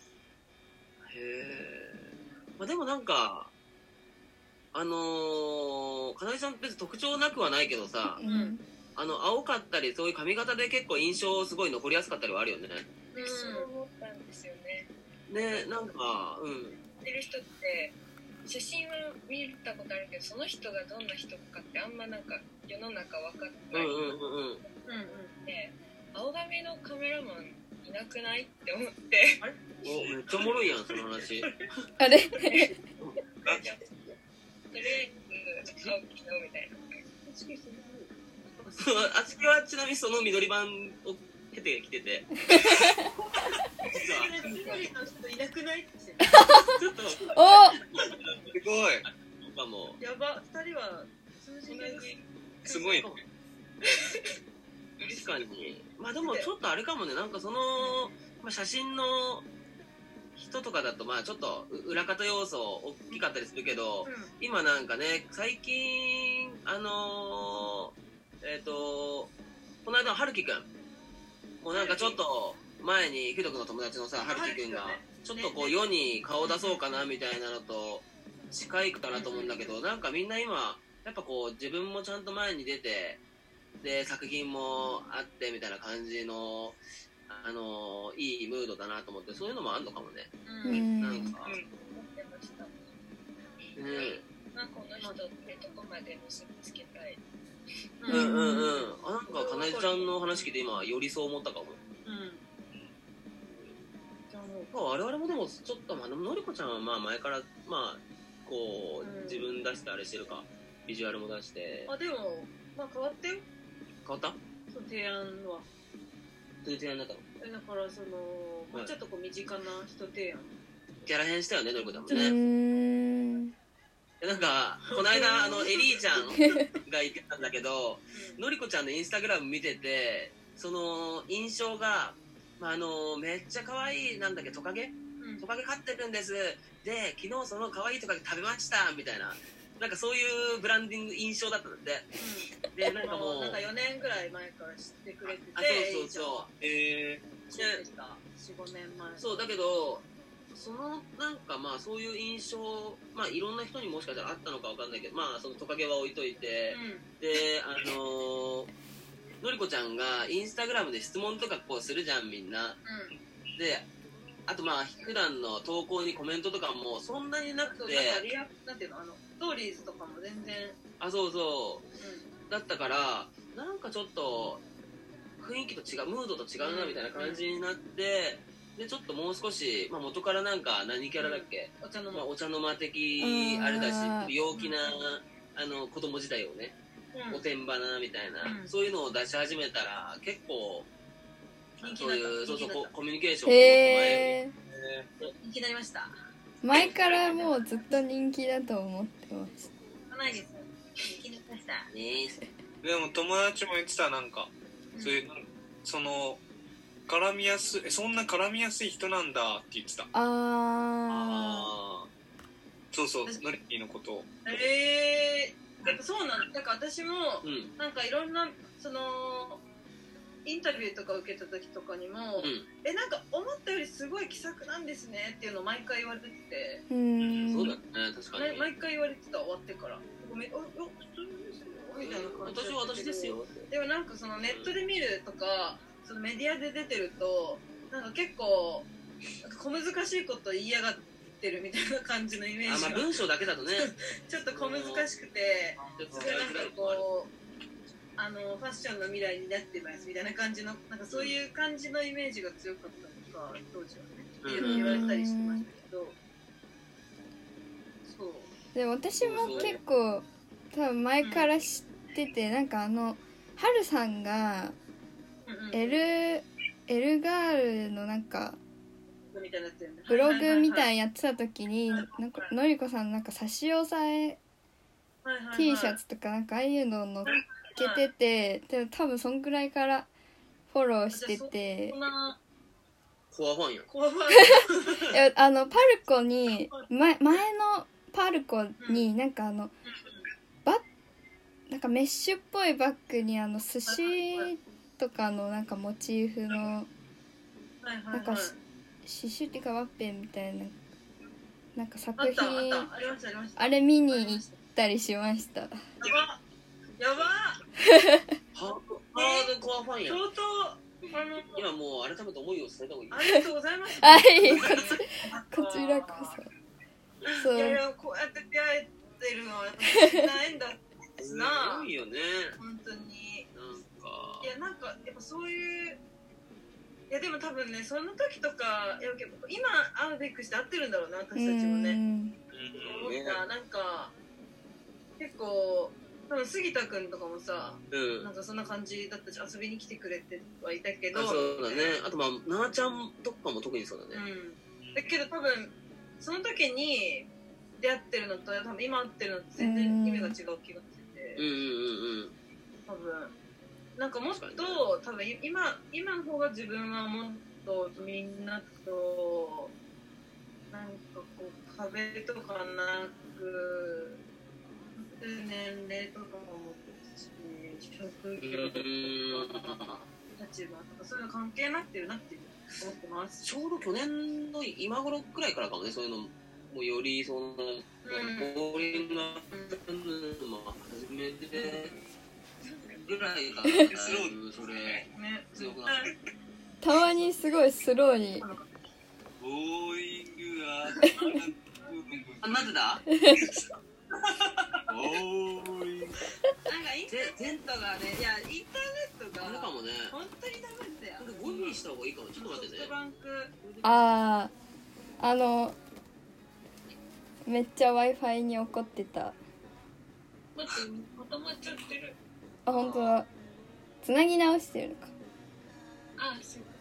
え。まあでもなんか、あのー、かなりさん別に特徴なくはないけどさ、 うんあの、青かったりそういう髪型で結構印象すごい残りやすかったりはあるよね。 うん、そう思ったんですよね。 ね、なんか、うん。 知ってる人って写真は見たことあるけどその人がどんな人かってあんまなんか世の中分かってない、 うんうんうんうん。 うんうん。 で青髪のカメラマンいなくないって思ってお、めっちゃおもろいやん、その話。 あれとりあえず青木のみたいな。 そうあつきはちなみにその緑版を経てきてて。実は、 人の人いなくないってちょっとすおごいかもやば二人は通じないすごいね確かにまあでもちょっとあれかもねなんかその、まあ、写真の人とかだとまあちょっと裏方要素大きかったりするけど、 うん、 今なんかね最近あのー、えっ、ー、とこの間の春樹くんもうなんかちょっと前にひどくの友達のさ春樹くんがちょっとこう世に顔出そうかなみたいなのと近いかなと思うんだけどなんかみんな今やっぱこう自分もちゃんと前に出てで作品もあってみたいな感じのあのいいムードだなと思ってそういうのもあんのかもね、 ううん、なんか、 思ってました。 うん、 なんかこの人ってどこまで結びつけたい。 うんうんうんあなんかかなえちゃんの話聞いて今よりそう思ったかも。 うんまあ、我々もでもちょっとまあのりこちゃんはまあ前からまあこう、 うん、 自分出してあれしてるかビジュアルも出してあでもまあ変わったよ変わったそう提案はどういう提案になったのだからその、はい、もうちょっとこう身近な人提案キャラ変したよねのりこちゃんもねうーんなんかこの間あのエリーちゃんが言ってたんだけどのりこちゃんのインスタグラム見ててその印象がまあ、あのめっちゃ可愛いなんだっけトカゲ、うん、トカゲ飼ってるんですで昨日その可愛いトカゲ食べましたみたいななんかそういうブランディング印象だったんだって、うん、でなんかもうなんかよねんぐらい前から知ってくれててあそうそうそうえー、そうでした よん,ご 年前そうだけどそのなんかまあそういう印象まあいろんな人にもしかしたらあったのかわかんないけどまあそのトカゲは置いといて、うん、であのーのりこちゃんがインスタグラムで質問とかこうするじゃんみんな、うん、であとまあ普段の投稿にコメントとかもそんなになくてなんかリアなんていうのあのストーリーズとかも全然あそうそう、うん、だったからなんかちょっと雰囲気と違うムードと違うなみたいな感じになって、うん、でちょっともう少し、まあ、元からなんか何キャラだっけ、 うん、お茶の間、 まあ、お茶の間的あれだし陽気な、あの子供自体をねおてんばなみたいな、うん、そういうのを出し始めたら結構そういうそうそうコミュニケーションをへー人気になりました前からもうずっと人気だと思ってましたないです人気になりましたねでも友達も言ってたなんか、うん、そういうその絡みやすいそんな絡みやすい人なんだって言ってたああそうそうのりぴーのことをえーやっぱそうなんだから私も、うん、なんかいろんなそのインタビューとか受けた時とかにも、うん、えなんか思ったよりすごい気さくなんですねっていうのを毎回言われててうんそうだね確かに毎回言われてた終わってからごめんあ普通ですよみたいな感じで、 私は私ですよでもなんかそのネットで見るとかそのメディアで出てるとなんか結構なんか小難しいこと言いやがっててるみたいな感じのイメージがあ、まあ、文章だけだとねちょっと小難しくてそれなんかこうあのファッションの未来になってますみたいな感じのなんかそういう感じのイメージが強かったのか当時はねっていうのを言われたりしてましたけど、うん、そうで私も結構多分前から知ってて、うん、なんかあのはるさんが L, L ガールのなんかブログみたいやってた時になんかのりこさんなんか差し押さえ T シャツとかなんかああいうの乗っけててで多分そんくらいからフォローしててコアファンやコアファンいやあのパルコに前, 前のパルコになんかあのバッなんかメッシュっぽいバッグにあの寿司とかのなんかモチーフのなんか刺繍っていうかワッペンみたいななんか作品あ, あ, あ, りましたありましたあれ見に行ったりしましたやばやばハードコアファンや相当あの今もう改めて思いを伝えた方がいいありがとうございますはいこちらこそそういやいやこうやって出会えてるのはやっぱないんだすなすごいよね本当になんかいやなんかやっぱそういういやでも多分ねその時とかいや今会うべくして会ってるんだろうな私たちもね思ったなんか結構多分杉田くんとかもさ、 うんなんかそんな感じだったし、遊びに来てくれてはいたけど、 あそうだね。あとまあななちゃんとかも特にそうだね。 うん、だけど多分その時に出会ってるのと多分今会ってるのと全然意味が違う気がしてて、 うんうんうんうん。 多分なんかもっと確多分今今の方が自分はもっとみんなとなんかこう壁とかなく年齢とかもし職業とか立場とかそういうの関係なくてるなって思ってます。 ちょうど去年の今頃くらいからかもね、そういうのもうよりそんな、 うんボーリングが始めてぐらいからスローそれね、 強くなってたまにすごいスローにボーイングはあ、なんでだボーイングなんかインターネットがね、いやインターネットがあるかもね。 本当にダメだよ。 なんかごにした方がいいかも。ちょっと待ってねソフト。バンクあああのめっちゃ Wi-Fi に怒ってた。 待って固まっちゃってる。 あ、本当だ。つなぎ直してるのか。 あそういうこ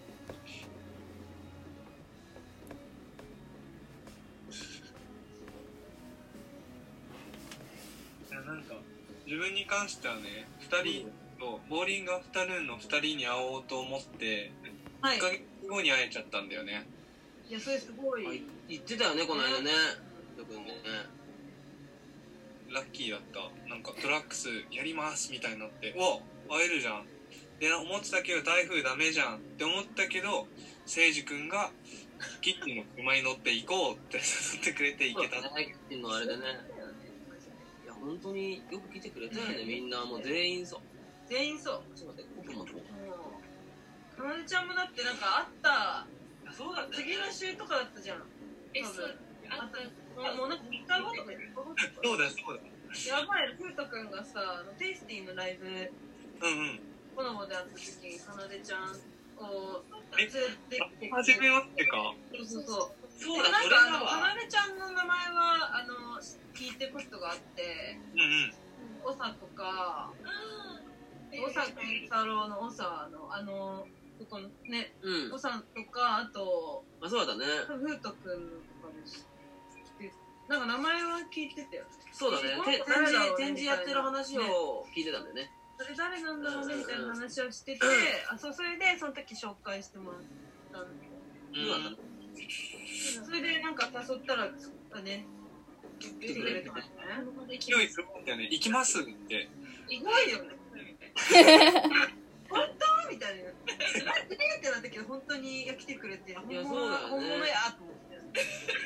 いやなんか自分に関してはね、ふたりとボーリングアフタヌーンのふたりに会おうと思ってはいいっかげつごに会えちゃったんだよね。 いやそれすごい、 あ言ってたよねこの間ね。よくね。 ラッキーだった。なんかトラックスやりますみたいになって、お会えるじゃんで思ってたけど台風ダメじゃんって思ったけど、誠司君がキッチンの車に乗って行こうって誘ってくれて行けた。 そうだね、キッチンのあれでね。いや本当によく来てくれたよね。みんなもう全員そう。 全員そう。 ちょっと待って、僕もどう。 もうかなでちゃんもだってなんかあったそうだ次の週とかだったじゃん。 と。えそうあったもうなんかみっかごとかみっかごとかそうだそうだ。 やばい、ふうとくんがさ、あのテイスティンのライブうんうん。 コラボで会った時にかなでちゃんをえ連れてきてくれ初めましてか。 そうそうそう。 そうだ、 なんそれだかあのかわ。 なでちゃんの名前はあの聞いてることがあって、 うんうん。 オサとか、 あーオサ健太郎のオサのあのとこのね、 うんオ。サとかあとまあそうだね。 ふうとくんとかです。なんか名前は聞いてたよ。 そうだね。て展示展示やってる話を聞いてたんだよね。 それ誰なんだろうねみたいな話をしてて、あそうそれでその時紹介してもらったんだけど、 うん。 それでなんか誘ったらね来てくれてましたね。 勢いすごいんだよね。行きますって。 意外よね。本当みたいな。えってなったけど本当に来てくれて、本いや物そうだよね本物やと思って。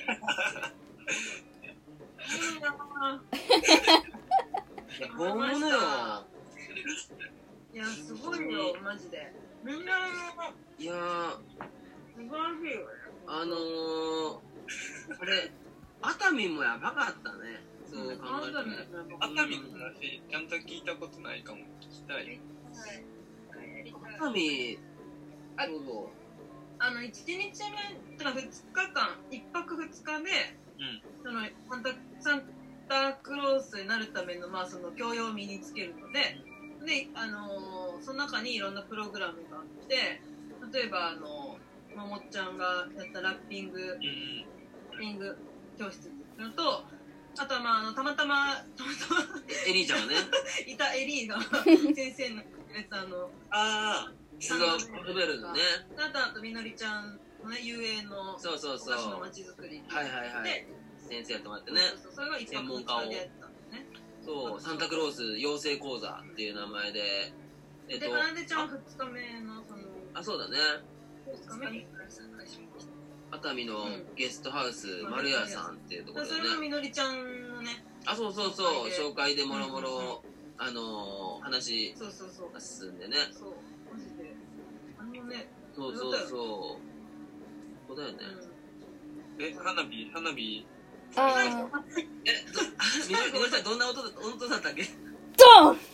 いいなぁ。 いや本物よ。 いやすごいよマジで。みんないやー素晴らしいよね。 あのー、あれ熱海もやばかったね。そう考えるとね。 熱海の話ちゃんと聞いたことないかも。聞きたい。 熱海あそうそう。 あのいちにちめてかふつかかんいっぱくふつかで、 うん。 そのサンタサンタクロースになるためのまあその教養を身につけるので、であのー、その中にいろんなプログラムがあって、例えばあのももっちゃんがやったラッピングうんラッピング教室っていうのと、あとはまああのたまたまたまたまエリーちゃんがね。 いたエリーが先生のやつあのあスガーベルのね。 あとあとみのりちゃんのね遊泳のそうそうそう。 お菓子のはまちづくりいはいはいで。 先生やってもらってね。 そうそうそれが一泊二日でやったんですね。 そう、サンタクロース養成講座っていう名前で、えっで、 と、 かなでちゃんはふつかめのそのあ、そうだね。 ふつかめに熱海のゲストハウス、丸屋さんっていうところでそれがね。 みのりちゃんのね、 あ、そうそうそう、紹紹介でもろもろ、あのー、話そうそうそうが進んでね。 そうマジであのね、 そうそうそう。そうだよね。 うん、 え、花火花火あーえ、どみのりみのりちゃんどんな音だ音だったっけ？いドン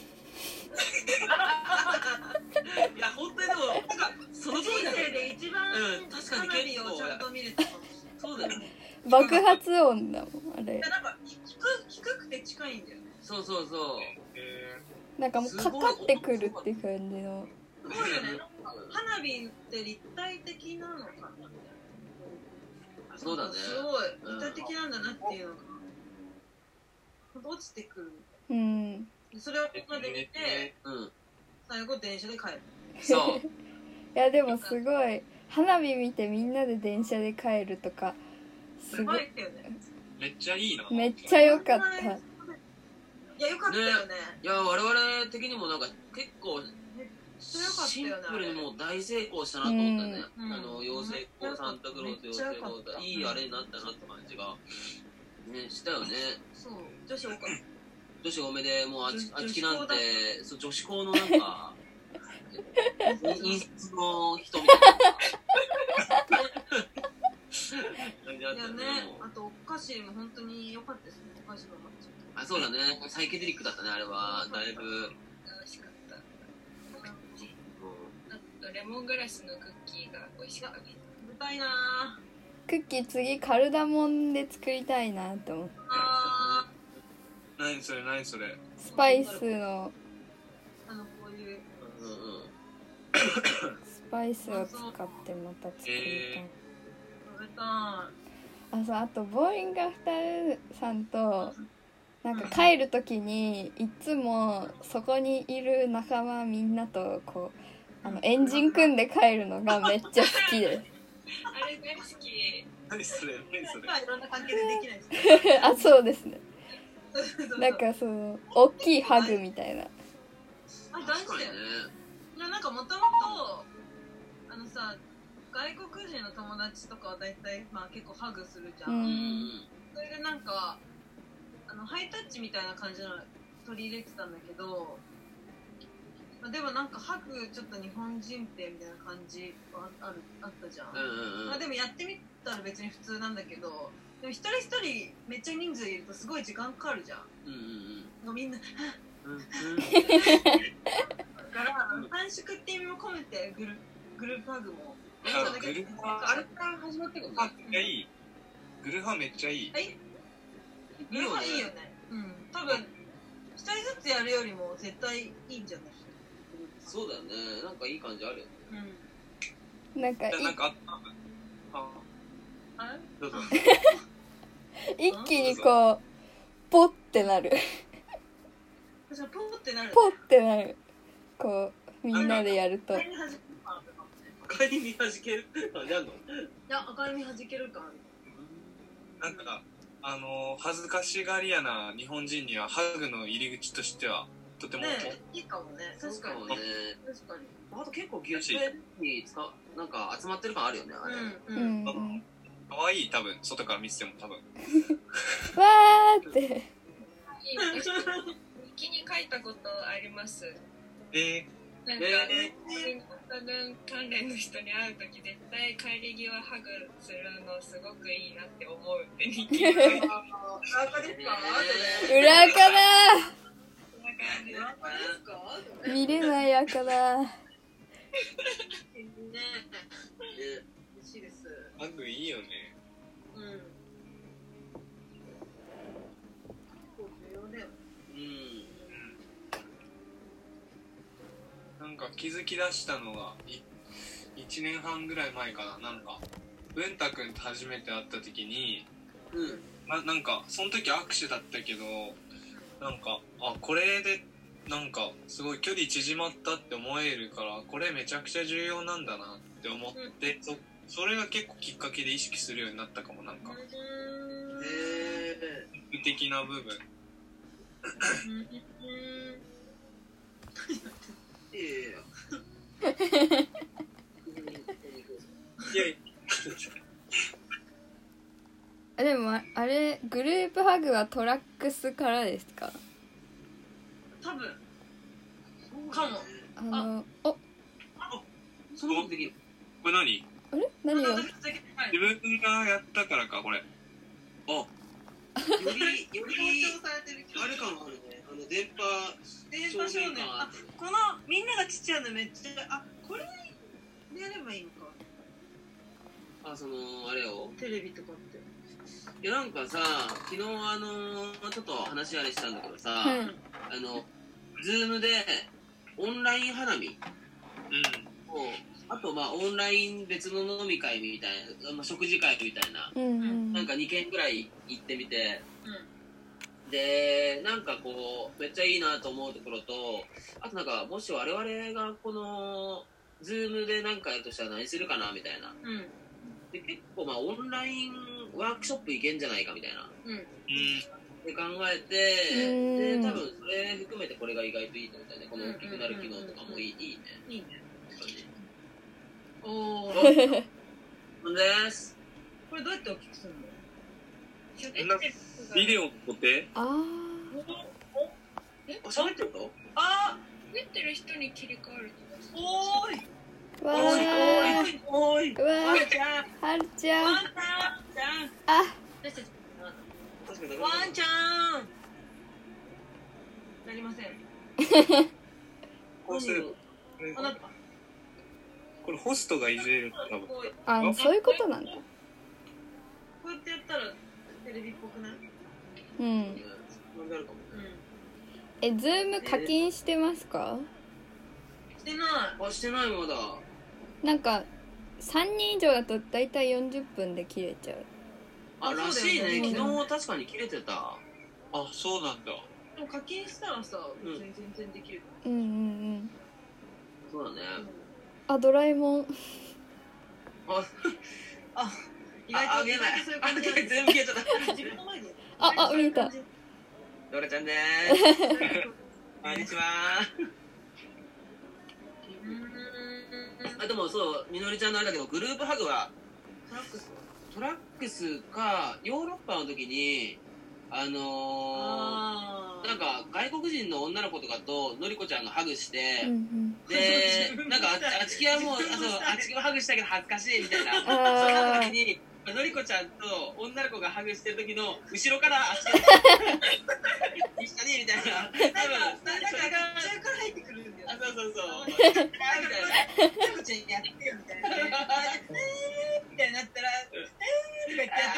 や、本当にでも、なんか、その通人りだよ生で一番うん確かに花火をちゃんと見れたかもしれない。 そうだよね。 爆発音だもんあれいやなんか低低くて近いんだよね。 そうそうそうえなんかもうかかってくるって感じの。 すごいよね。花火って立体的なのかな。 そうだね。 すごい立体的なんだなっていうのが落ちてくる。 うん。 それをここまで見て、 うん。 最後電車で帰る。 そう。 いやでもすごい花火見てみんなで電車で帰るとかすすごいごいよね。 めっちゃいいな。 めっちゃ良かった。 いやよかったよね。 いや我々的にもなんか結構それよかったシンよね。 プルにもう大成功したなと思ったね。 うんあの妖精校サンタクロース妖精校いいあれになったなって感じがねしたよね。 そう女子多かった。 女子多めでもうあちあちきなんてそう女子校のなんかインスの人みたいな感じだったよね。 いやね、あとお菓子も本当に良かったですね。お菓子の抹茶。 あそうだねサイケデリックだったねあれはだいぶ。 美味しかった。あとレモングラスのクッキーが美味しかった。 食べたいなクッキー次カルダモンで作りたいなと思って。 あ何それ何それ。 スパイスのーあのこういううんうんスパイスを使ってまた作りたい。 え食べたい。 あそうあとボーリングアフタヌーンさんとなんか帰る時にいつもそこにいる仲間みんなとこうあのエンジン組んで帰るのがめっちゃ好きであれ大好き。 何それ何それ。 まあいろんな関係でできないですけど。 あそうですねそうそうそうなんかその大きいハグみたいなあ大事だよね。いやなんかもともとあのさ外国人の友達とかは大体まあ結構ハグするじゃん。 うんうんそれでなんかあのハイタッチみたいな感じの取り入れてたんだけど、まあ、でもなんかハグちょっと日本人ってみたいな感じはあるあったじゃん。 うんうんまあ、でもやってみたら別に普通なんだけど、でも一人一人めっちゃ人数いるとすごい時間かかるじゃん。 うんうんもうみんなうんうんだから短縮って意味も込めてグルグループハグもあグループあれから始まってるあめっちゃいい。グルハめっちゃいい。 はいグループはいいよね。うん多分一人ずつやるよりも絶対いいんじゃない。 そうだよねなんかいい感じあるよね。 うんなんかいなんかあったああれどうぞ。 一気にこうポッてなる私はポーってなる。 ポッてなるこうみんなでやると明るみはじけるかな。 赤い実はじけるあれあんのいや明るみはじけるかな。 なんかあの恥ずかしがり屋な日本人にはハグの入り口としてはとても、 ねえいいかもね。確かにそうかもね確かに。 あと結構ギュッてに使うなんか集まってる感あるよねあれ。 うんううんん。 うん可愛い多分外から見てても多分。 わーっていい日記に書いたことあります。 えなんか、 え多分関連の人に会うとき絶対帰り際ハグするのすごくいいなって思うって日記に書いてある。 あ赤ですか？ 裏垢だそんな感じで赤ですか？ ー見れない赤だーねね嬉しいです。 ハグいいよね。 うん。結構重要だよ。 うんなんか気づき出したのがいいちねんはんぐらい前かな。なんか文太くんと初めて会った時にうんな, なんかその時握手だったけどなんかあこれでなんかすごい距離縮まったって思えるからこれめちゃくちゃ重要なんだなって思って、そそれが結構きっかけで意識するようになったかも。なんかへ具的な部分。 えいやいやいやいやいあでもああれグループハグはトラックスからですか？ 多分かも。 あのおそんなことできるこれ何？ あれ何を自分がやったからかこれ。 あよりより強調されてるあれ感があるねあの電波電波少年。あこのみんながちっちゃいのめっちゃあこれでやればいいのか。 あそのあれをテレビとかって。 いやなんかさ、昨日あのー、ちょっと話あれしたんだけどさ、 うんあのズームでオンライン花見うんを、あとまあオンライン別の飲み会みたいな、まあ、食事会みたいな、 うんうんなんかにけんぐらい行ってみて、 うでなんかこうめっちゃいいなと思うところと、あとなんかもし我々がこのズームでなんかやるとしたら何するかなみたいな。 んうんで結構まあオンラインワークショップ行けんじゃないかみたいなうんうんで考えて、 うんで多分それ含めてこれが意外といいと思ったね。この大きくなる機能とかもいい、いいね。 いいね。 感じ。 おお。 ほんですこれどうやって大きくするの？ なビデオの固定あえあ、喋ってるとあ出てる人に切り替わるとかーおーいーわおいーおいおいうわワンちゃんはるちゃんワンちゃんあ私たち確かにワンちゃんなりません。 こうすればあなたこれホストがいじれる多分こうあそういうことなんだ。 こうやってやったらテレビっぽくない？ うんなんであるかも。 うん。 えズーム課金してますか？ してない。 あ、してないまだ。 なんかさんにん以上だとだいたいよんじゅっぷんで切れちゃう。 あ、らしいね。 そうだよね昨日確かに切れてた。 あそうなんだでも課金したらさ、別に全然できる。 うんうんうんそうだね。 あドラえもんあ、 あ、意あ、 外とあげない。 意外とそういうあ、 感じなんだ全部消えちゃった。 自分の前で。 ああ見えた。 ドラちゃんでーす。こんにちは。あ、でもそう、みのりちゃんのあれだけど、グループハグはトラックス。 トラックスかヨーロッパの時にあのあー、なんか外国人の女の子とかとのりこちゃんがハグして、 うんうんでなんかああちきはもうあそうあちきはハグしたけど恥ずかしいみたいなそんあな時にのりこちゃんと女の子がハグしてる時の後ろからあちきが一緒にみたいな多分なんか、なんか、 それが途中から入ってくるんだよあね。 そうそうそうあみたいななんかちゃんやってよみたいな。えーみたいになったら、えーとか言ってや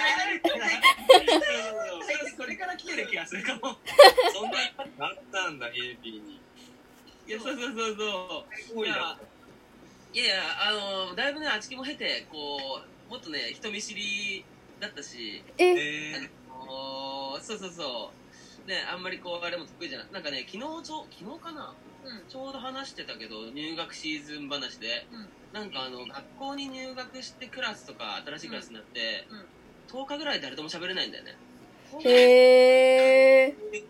ってそれから来てる気がするかも。 そんなになったんだ エーピー にいや、そうそうそうそう。 多いないや、いやいや、あの、だいぶね、あちきも経て、こう、もっとね、人見知りだったし、 ええあのそうそうそう。ね、あんまりこう、あれも得意じゃない。なんかね、昨日ちょ、昨日かなうんちょうど話してたけど、入学シーズン話で、 うんなんかあの、学校に入学してクラスとか、新しいクラスになって、 うんうんとおかぐらい誰とも喋れないんだよね。 へえで、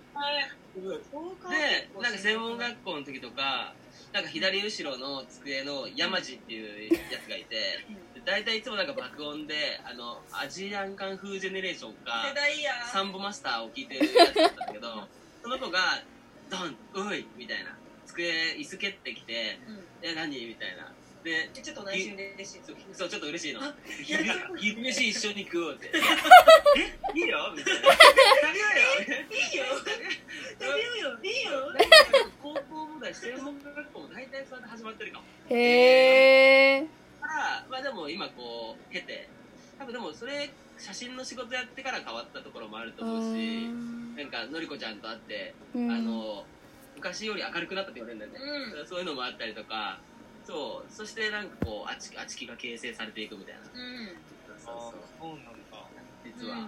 なんか専門学校の時とか、なんか左後ろの机の山地っていうやつがいて、大体いつもなんか爆音で、あの、アジアンカンフージェネレーションか世、代や。 サンボマスターを聞いてるやつだったんだけど、その子が、ドン、ういみたいな、机、椅子蹴ってきて、 うん。 え、何みたいな。で、 ちょっと内心で嬉しい。 そうそう、ちょっと嬉しいのあ。 昼昼飯一緒に食おうって。え、いいよみたいな。食べようよいいよ。食べようよ。いいよ。 高校もだし、専門学校も大体そうやって始まってるかも。 へえから、まあでも今こう、経て、多分でもそれ、写真の仕事やってから変わったところもあると思うし、なんか、のりこちゃんと会って、あの、昔より明るくなったって言われるんだよね。 うん。 そういうのもあったりとか、そう、そしてなんかこう、あちあちきが形成されていくみたいな。 うん。 そうそうそうなんだ実は。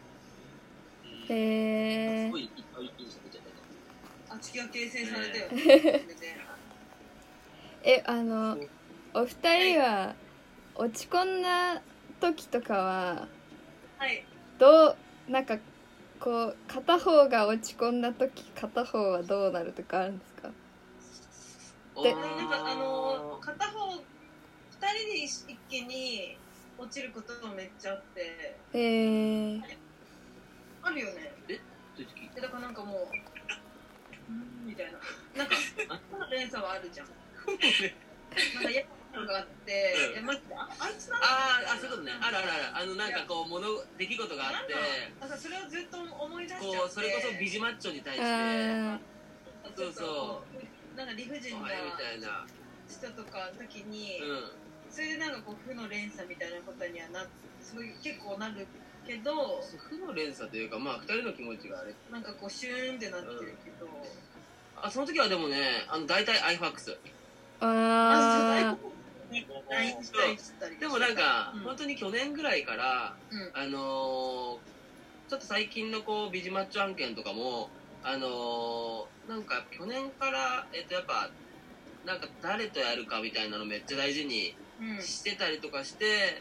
へえすごいいっぱいいい人出ちゃったけど。 あちきが形成されたよね。 えあのお二人は落ち込んだ時とかははい。 どうなんかこう片方が落ち込んだ時片方はどうなるとかあるんですか？でなんかあの片方二人で一気に落ちることがめっちゃあってへえあるよね。 どういう時でだからなんかもううんみたいななんか連鎖はあるじゃん。なんか嫌なのがあってうんえマジでああいつなあーあ、そういうことね。あるあるある。あの、なんかこう、もの、出来事があって、 なんかそれをずっと思い出しちゃってこう、それこそビジマッチョに対して、 あそうそうなんか理不尽なお前みたいな。 人とかの時に、 うん。 それでなんかこう負の連鎖みたいなことにはなすごい結構なるけど負の連鎖というか、まあふたりの気持ちがあれ、 なんかこうシューンってなってるけど、 あその時はでもね、あの大体 アイファックス。 あラインしたりしたりでもなんか、 うん本当に去年ぐらいから、 うんあのー、ちょっと最近のこうビジマッチョ案件とかも、あのー、なんか去年からえっとやっぱなんか誰とやるかみたいなのめっちゃ大事にうんしてたりとかして、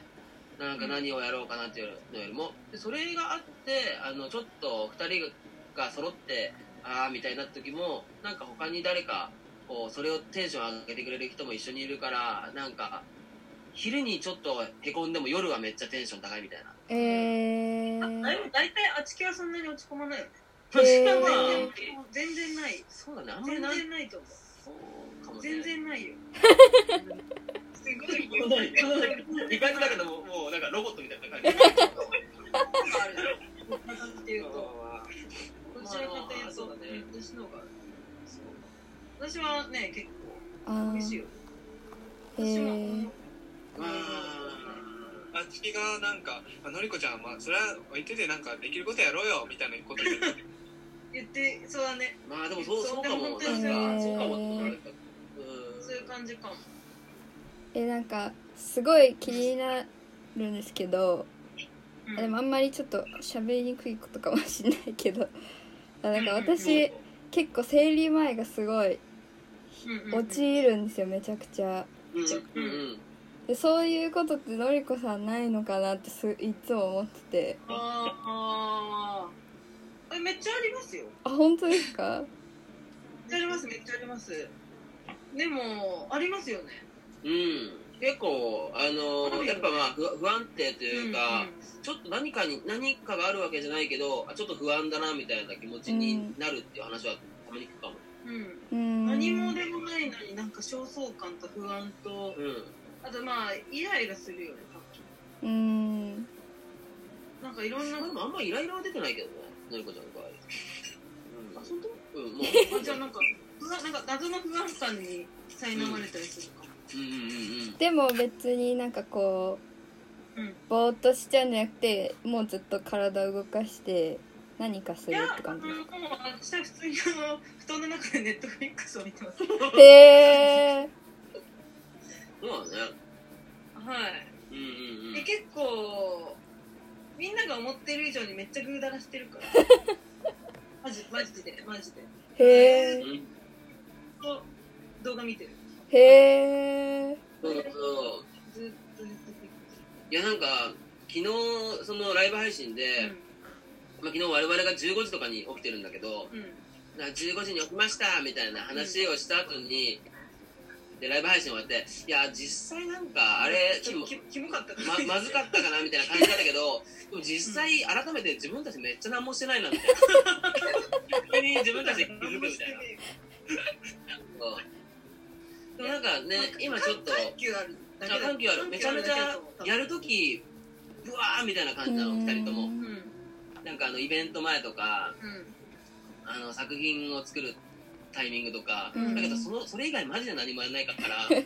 なんか何をやろうかなっていうのよりも、でそれがあってあのちょっとふたりが揃ってああみたいになった時も、なんか他に誰かこうそれをテンション上げてくれる人も一緒にいるから、なんか昼にちょっとへこんでも夜はめっちゃテンション高いみたいな。 ーえあーでも大体あちきはそんなに落ち込まないよね。 へー全然全然ない。 そうだね、あんまり全なん然ないと思う。 そうかもね。 全然ないよ。 すごいこの意外とだけどももうなんかロボットみたいな感じ。 あるよ。っていうと、どちらかというと、 そうだね。 私の方がある。私はね結あ構嬉しいよ。 ーへーまああっちがなんか、まあのりこちゃんはまあそれは置いててなんかできることやろうよみたいなこと言ってて言ってそうだね。 まあでもそうそうかも、なんかでも本当にそうかも。 へーうんそういう感じかも。 えなんかすごい気になるんですけど、 うんあでもあんまりちょっと喋りにくいことかもしれないけど、あなんか私結構生理前がすごいうんうんうん陥るんですよ、めちゃくちゃ。 うんうんでそういうことってのりこさんないのかなってすいつも思ってて。 あーあめっちゃありますよ。 あ本当ですか？ めっちゃありますめっちゃあります。でもありますよね。 うん結構あのやっぱまあ不不安定というか、ちょっと何かに何かがあるわけじゃないけど、あちょっと不安だなみたいな気持ちになるっていう話はたまに聞くかも。 うんうんうーん何もでもないのになんか焦燥感と不安と、 うんあとまあイライラするよね。 うーんなんかいろんなまあでもあんまイライラは出てないけどね、のりこちゃんの場合。うん、あ本当？うんもうあじゃあなんか不安なんか謎の不安感に苛まれたりするかも。 うんうんうんうん。 でも別になんかこううんぼーっとしちゃうんじゃなくて、もうずっと体を動かして何かすいや、 るって感じもう私は普通にあの布団の中でネットフリックスを見てます。 へえそうだね。 はい。 うんうんうんで。結構みんなが思ってる以上にめっちゃグーだらしてるから。マジマジでマジで。 へえうんと動画見てる。 へえそうそう。 ずっとネットフリックいやなんか昨日そのライブ配信で、まあ、昨日我々がじゅうごじとかに起きてるんだけど、 ス。うん。 なんかじゅうごじに起きましたみたいな話をした後に、でライブ配信終わって、いや実際なんかあれちょっとキキモかったかままずかったかなみたいな感じだったけど、でも実際改めて自分たちめっちゃ何もしてないなみたいな。急に自分たちで気づくみたいな。そうでもなんかね今ちょっと緩急あるだけだ。 緩急ある、めちゃめちゃやるときブワーみたいな感じなの、ふたりとも。 うんうんなんかあのイベント前とかあの作品を作るタイミングとか、 うんだけどそのそれ以外マジで何もやらないからうん。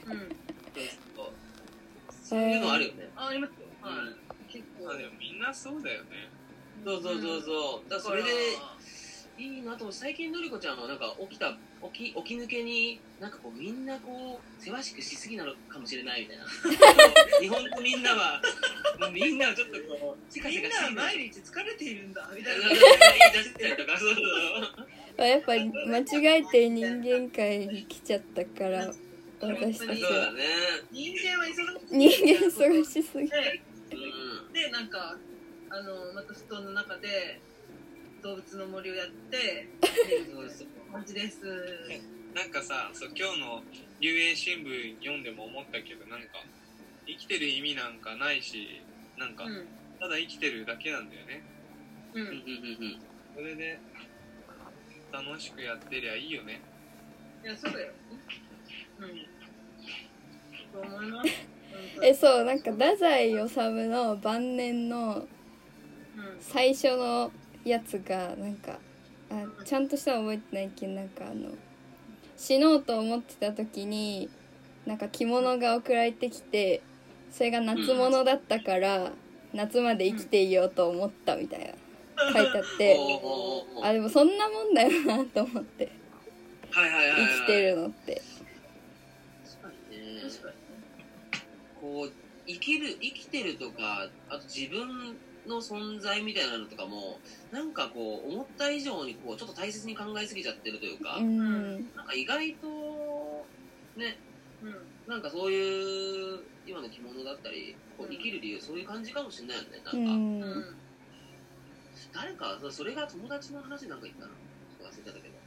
そういうのあるよね、 あありますよ。 うんはい。結構。 まあでもみんなそうだよね。 そうそうそうそうだからそれでいいなと思って、最近のりこちゃんはなんか起きた起き起き抜けになんかこうみんなこうせわしくしすぎなのかもしれないみたいな日本のみんなはもうみんなはちょっとこうせかみんせかしいなは毎日疲れているんだみたいな。 言い出したりとか、そうそうやっぱ間違えて人間界に来ちゃったから私たそうちはだね。 人間は忙しい。 人間忙しすぎてで、 うんでなんかあのまた布団の中で動物の森をやって寝る感じです。 なんかさ、そう今日の遊園新聞読んでも思ったけど、なんか生きてる意味なんかないし、なんかうんただ生きてるだけなんだよね。 うん。 うんうんうんそれで楽しくやってりゃいいよね。 いやそうだよ。うん。そう思います。 えそうなんか太宰治の晩年のうん最初のやつがなんかあちゃんとしたの覚えてないけど、なんかあの死のうと思ってた時になんか着物が送られてきて、それが夏物だったから夏まで生きていようと思ったみたいな書いてあっておーあでもそんなもんだよなと思ってはいはいはいはい生きてるのって確かにね確かにこう生きる生きてるとかあと自分の存在みたいなのとかもなんかこう思った以上にこうちょっと大切に考えすぎちゃってるというか、 うんなんか意外とねうんなんかそういう今の着物だったりこう生きる理由そういう感じかもしれないよねなんか、 うんうん誰かそそれが友達の話なんか言ったなちょっと忘れてたけど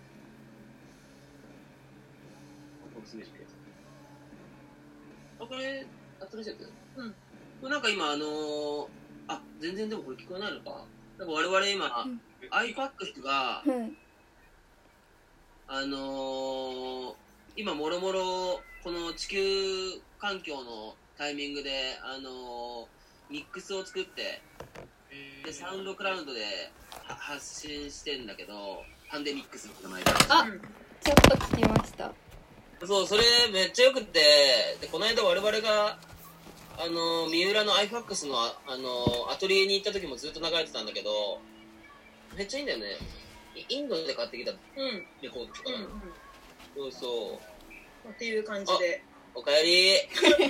僕すぐ知ってるやつあこれ新しいやつうんこれなんか今あのー、あ全然でもこれ聞こえないのかなんか我々今、 うんアイパックス がはいあのー、今もろもろこの地球環境のタイミングであのー、ミックスを作ってでサウンドクラウドでは発信してんだけどパンデミックスって名前であうんちょっと聞きましたそうそれめっちゃよくってでこの間我々があの三浦の アイファックス のああのアトリエに行った時もずっと流れてたんだけどめっちゃいいんだよねイインドで買ってきたうんレコードとか、 うんそうそうっていう感じでおかえり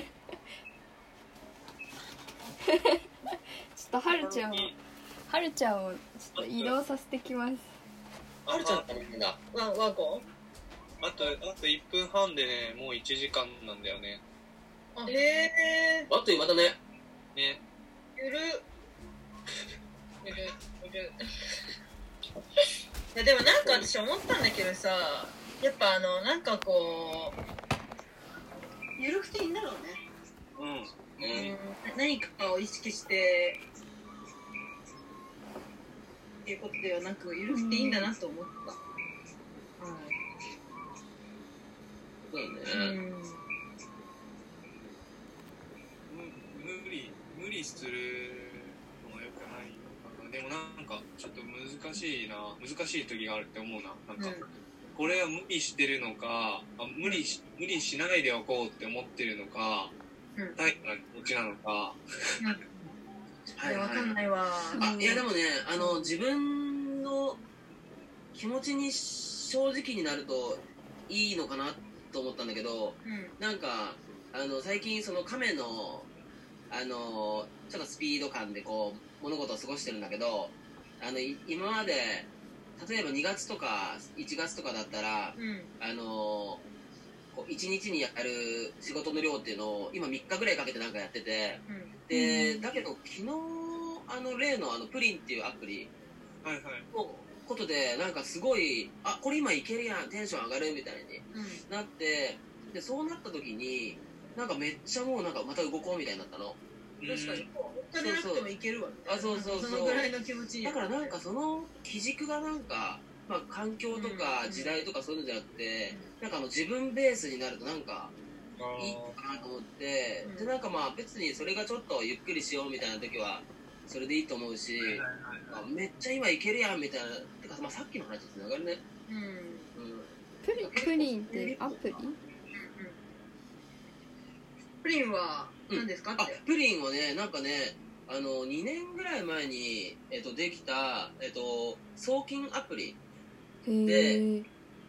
ちょっとはるちゃんをはるちゃんをちょっと移動させてきますあるちゃんってなんだワンワンコあとあといっぷんはんでねもういちじかんなんだよね。 へえあっという間だねね。 ゆるゆるゆるいやでもなんか私思ったんだけどさやっぱあのなんかこうゆるくていいんだろうねうん。 うん何かを意識してっていうことではなくゆるくていいんだなと思ったそうだね、 うん、 む無理無理するのは良くないのかな。でもなんかちょっと難しいな難しい時があるって思うな。なんか、 うんこれは無理してるのかあ無理し無理しないでおこうって思ってるのか、 うんタイプな気持ちなのか。 いやわかんないわあいやでもねあの自分の気持ちに正直になるといいのかなと思ったんだけどうんなんかあの最近その亀のあのちょっとスピード感でこう物事を過ごしてるんだけどあのい今まで例えばにがつとかいちがつとかだったらうんあのこういちにちにやる仕事の量っていうのを今みっかぐらいかけてなんかやっててでだけど昨日あの例のあのプリンっていうアプリはいはい。 のことでなんかすごいあこれ今いけるやんテンション上がるみたいにうんなってでそうなった時になんかめっちゃもうなんかまた動こうみたいになったの確かにお金なくてもいけるわみたいなあそうそうそうそのぐらいの気持ちにだからなんかその基軸がなんか、まあ、環境とかうん時代とかそういうのじゃなくて、なんかあの自分ベースになるとなんかあいいかなと思って、 うんでなんかまあ別にそれがちょっとゆっくりしようみたいな時はそれでいいと思うし、 ーはいはいはいあめっちゃ今いけるやんみたいなてか、まあ、さっきの話とつながるね、 うんうんうん、 プリプリンってアプリプリンは何ですかっあてプリンはねなんかねあのにねんぐらい前に、えっと、できた、えっと、送金アプリへえ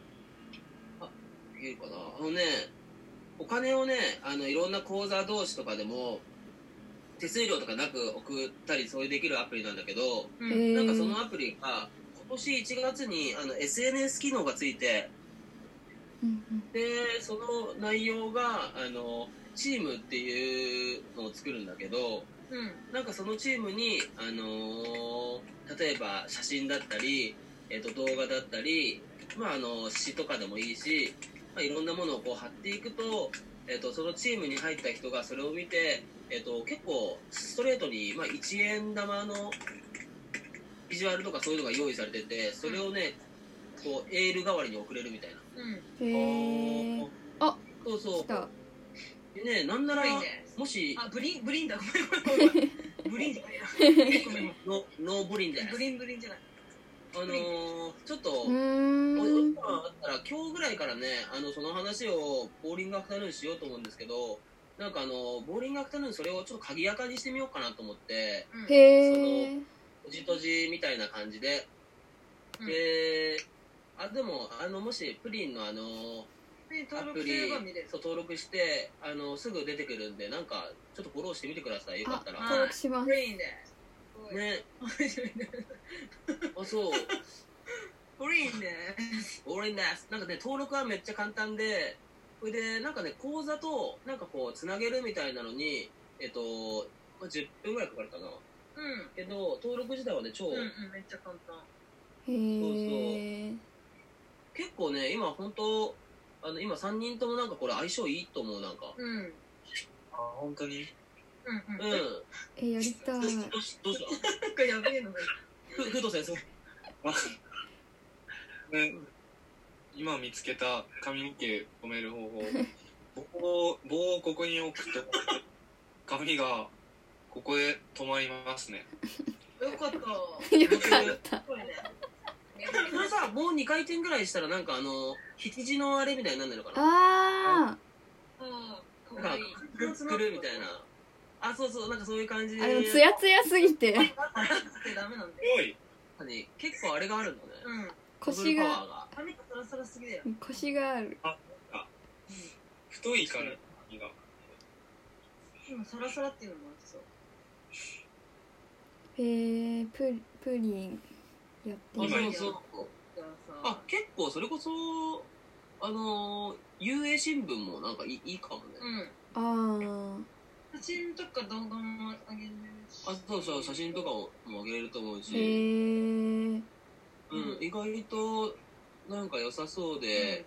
言うかなあのねお金をねあのいろんな口座同士とかでも手数料とかなく送ったりそういうできるアプリなんだけど、 うんへえなんかそのアプリが今年いちがつにあの エスエヌエス 機能がついてうんでその内容があのチームっていうのを作るんだけどうんなんかそのチームに、あのー例えば写真だったり、えっと動画だったり、まあ、あの詩とかでもいいし、まあ、いろんなものをこう貼っていくと、えっとそのチームに入った人がそれを見て、えっと結構ストレートに、まあ、いちえん玉のビジュアルとかそういうのが用意されててそれをねこうエール代わりに送れるみたいなうんへえあそうそう来たでねなんならブリンねもしあブリンブリンだごめんごめんごめんブリンじゃないなごめんノノーブリンでブリンブリンじゃないあのー、ちょっとうーん今あったら今日ぐらいからねあのその話をボーリングアフタヌーンしようと思うんですけどなんかあのボーリングアフタヌーンそれをちょっと鍵垢にしてみようかなと思って、 うんへえ。 とじとじみたいな感じで、 うんであでもあのもしプリンのあのでア登録すれプリば見れる。 そう登録してあのすぐ出てくるんで、なんかちょっとフォローしてみてください、よかったら。 登録しますプ。リンです。 ね、 面白いね。 あそうプリンです。 ボーリングですなんかね登録はめっちゃ簡単で、それでなんかね口座となんかこうつなげるみたいなのにえっとまあじゅっぷんぐらいかかるかなうん。 けど、登録自体はね超、 うんうん、めっちゃ簡単。 へえ。 結構ね今本当あの今さんにんともなんかこれ相性いいと思う、なんかうん。うんあ本当にうん。 うん、 なんえ、やりたい。 どうしどうしどうしたかやべえのがいふふと先生ね今見つけた髪の毛止める方法棒を棒をここに置くと髪がここで止まりますね。 る。よかった。 よかった。 すごいね。 これさもうにかい転ぐらいしたらなんかあの羊のあれみたいになんないのかな、 あああ、かなんかわいい。 くるくるみたいな、あそうそうなんかそういう感じー。 であ、でもツヤツヤすぎて。 ってダメなんだよ。 おい何結構あれがあるんだね、 うん。 腰ダブルパワが、 ーが髪がサラサラすぎだよ。 腰がある。 太いから髪が今サラサラっていうのもあってさ。 へえ、ププリンやってあみる。 そうそうだからさ。 あ結構それこそあの遊泳新聞もなんかいいいいかもね、 うん。 あ写真とか動画もあげるし。 あそうそう写真とかもも上げれると思うー。 し、 へえ。 うん、意外となんか良さそうで、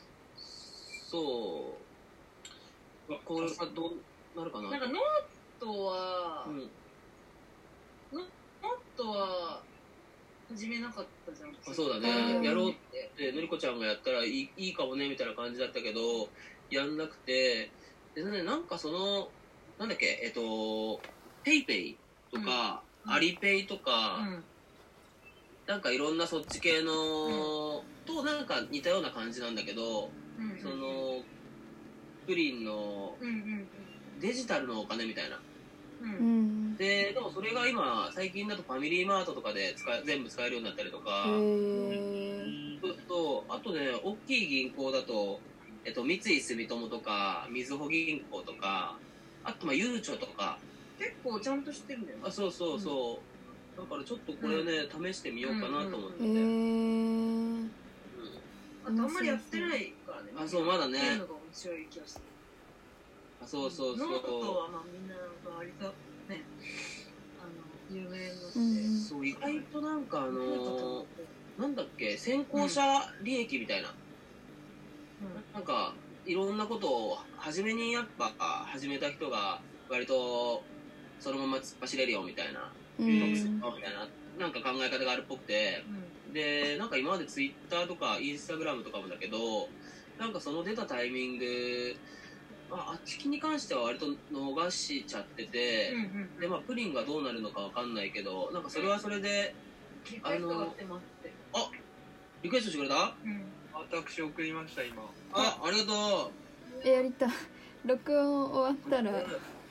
そうこれはどうなるかななんかノートは、 うん、 ノートは始めなかったじゃん。 あそうだうんねやろうってでのりこちゃんがやったらいいいいかもねみたいな感じだったけどやんなくて、でねなんかそのなんだっけえっとペイペイとか、 うんアリペイとか、 うん。 なんかいろんなそっち系の、となんか似たような感じなんだけど、 うん。 そのプリンのうんうんデジタルのお金みたいなうん。う。 うんん。 ででもそれが今最近だとファミリーマートとかで使え全部使えるようになったりとか、 へえ。 とあとね大きい銀行だと、えっと、三井住友とかみずほ銀行とかあとまあゆうちょとか、 結構ちゃんとしてるんだよ。 あそうそうそう、だからちょっとこれね、試してみようかなと思ってて、 へうんえ。 あとあんまりやってないからね。 あそうまだねっていうのが面白い気がする。 あそうそうそう、 ノートはまあみんな割とね、あの有名のって。 うんそう意外となんかあノートとのーなんだっけ先行者利益みたいな、なんかいろんなことを初めにやっぱ始めた人が割とそのまま突っ走れるよみたいな、 うみたいん。 ななんか考え方があるっぽくて、でなんか今までツイッターとかインスタグラムとかもだけどなんかその出たタイミング、まあ、あっちに関しては割と逃しちゃってて、 うんうんうん。 でまあプリンがどうなるのかわかんないけどなんかそれはそれでリクエストが来てますって。 リクエストしてくれたうん。 私送りました今。 あありがとえ、やりたい。録音終わったら。 う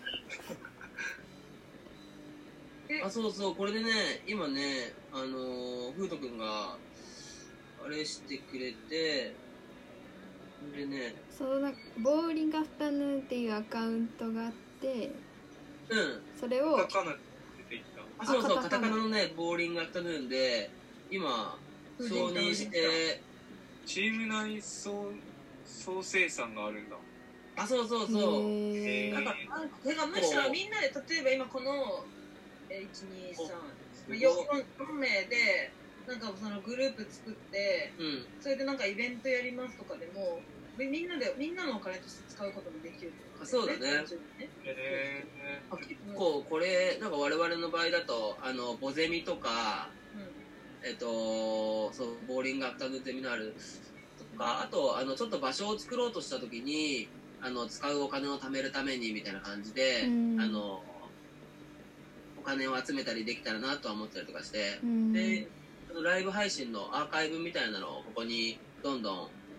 あそうそうこれでね今ねあのー、ふうとくんがあれしてくれてでねそのなんかボーリングアフタヌーンっていうアカウントがあって、 うんそれをカタカナ出てきた。 あそうそうあカタカナカタカナのねボーリングアフタヌーンで今承認してチーム内総総生産があるんだ。 あそうそうそうへーなんかなんか結構だからむしろみんなで例えば今このえーいちにさんよん名でなんかそのグループ作ってうんそれでなんかイベントやりますとかでもみみんなでみんなのお金として使うこともできるってことあそうだね単純にねへあ結構これなんか我々の場合だとあのボゼミとかえっとそうボーリングアフタヌーンゼミナールとかあとあのちょっと場所を作ろうとした時にあの使うお金を貯めるためにみたいな感じで、 うんあのお金を集めたりできたらなとは思ったりとかして、 うん。 であのライブ配信のアーカイブみたいなのをここにどんどん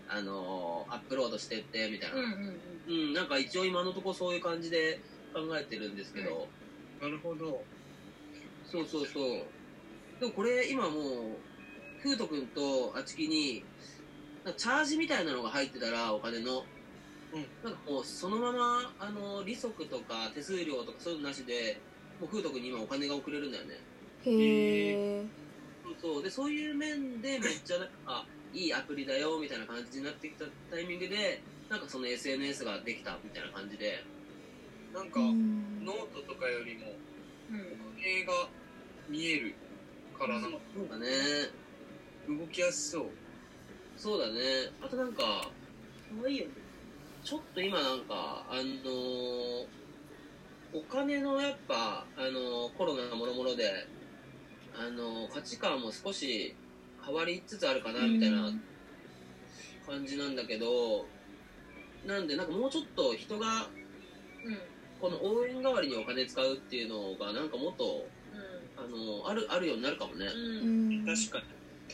あのーアップロードしてってみたいな、 うんうんうんうん、なんか一応今のところそういう感じで考えてるんですけど、 なるほど。 そうそうそう。でもこれ今もう風斗くんとあちきになんかチャージみたいなのが入ってたらお金の、 うん、 なんかもうそのままあの利息とか手数料とかそういうのなしでもう風斗くんに今お金が送れるんだよね。 へえ。 そうそうでそういう面でめっちゃなんかいいアプリだよみたいな感じになってきたタイミングでなんかその エスエヌエス ができたみたいな感じで、 なんか、 うんノートとかよりもうんお金が見えるからなんかなんかね動きやすそう。 そうだね。あとなんか可愛いよね。 ちょっと今なんかあのーお金のやっぱあのーコロナもろもろであのー価値観も少し変わりつつあるかなみたいな感じなんだけど、なんでなんかもうちょっと人がうんこの応援代わりにお金使うっていうのがなんかもっとうあのーあるあるようになるかもね。 んううんん。 確かに。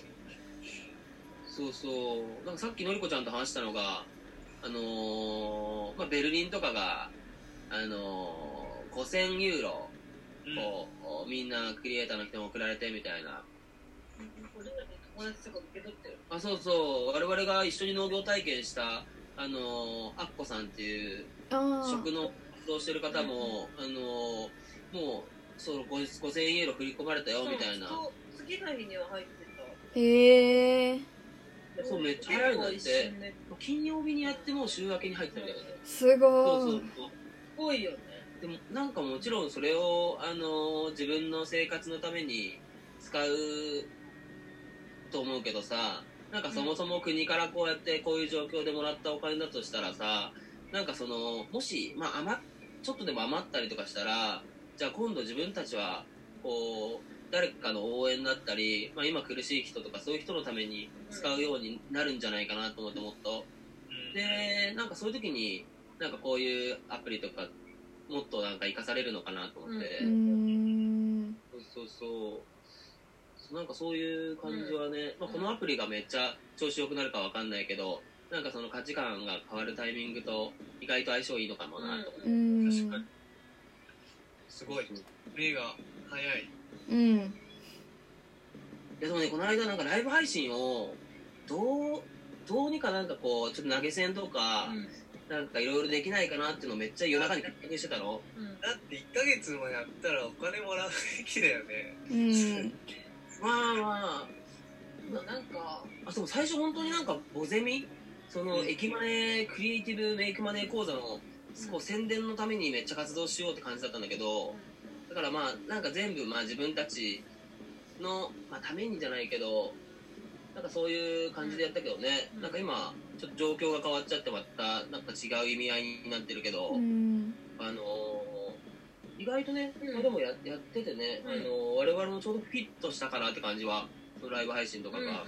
そうそうなんかさっきのりこちゃんと話したのがあのーまあ、ベルリンとかがあのーごせんユーロうんを、みんなクリエイターの人に送られてみたいな。 俺らで友達とか受け取ってる。 あそうそう我々が一緒に農業体験したあのーアッコさんっていうあ食の活動してる方も、あのーもうそうごせんユーロ振り込まれたよみたいな。 そう次の日には入ってた。 あ。へえ。 そうめっちゃ早いんだっ結構て一瞬で金曜日にやってもう週明けに入ってるんだよね。 すそうごそうい。 そうすごいよね。 でもなんかもちろんそれを、あのー自分の生活のために使うと思うけどさ、なんかそもそも国からこうやってこういう状況でもらったお金だとしたらさ、なんかそのもし、まあ、余ちょっとでも余ったりとかしたらじゃあ今度自分たちはこう誰かの応援だったり、まあ、今苦しい人とかそういう人のために使うようになるんじゃないかなと思ってもっとでなんかそういう時になんかこういうアプリとかもっとなんか活かされるのかなと思って、 うーん。 そうそうそうそうなんかそういう感じはね、まあ、このアプリがめっちゃ調子良くなるかわかんないけどなんかその価値観が変わるタイミングと意外と相性いいのかもなと思って、 うん。 確かにすごい目が早い。 うん。 いやでもねこの間なんかライブ配信をどうどうにかなんかこうちょっと投げ銭とか、なんかいろいろできないかなっていうのをめっちゃ夜中に確認してたの。 だっていっかげつもやったらお金もらうべきだよね。 うん。 まあままあなんかああそう最初本当になんかボゼミその駅前クリエイティブメイクマネー講座のこう宣伝のためにめっちゃ活動しようって感じだったんだけど、だからまあなんか全部まあ自分たちの、まあ、ためにじゃないけどなんかそういう感じでやったけどね、なんか今ちょっと状況が変わっちゃってまたなんか違う意味合いになってるけど、 うん。 あのー意外とね、 うんまあ、でもややっててね、 うんあのー我々もちょうどフィットしたかなって感じはそのライブ配信とかが、 うんうんうん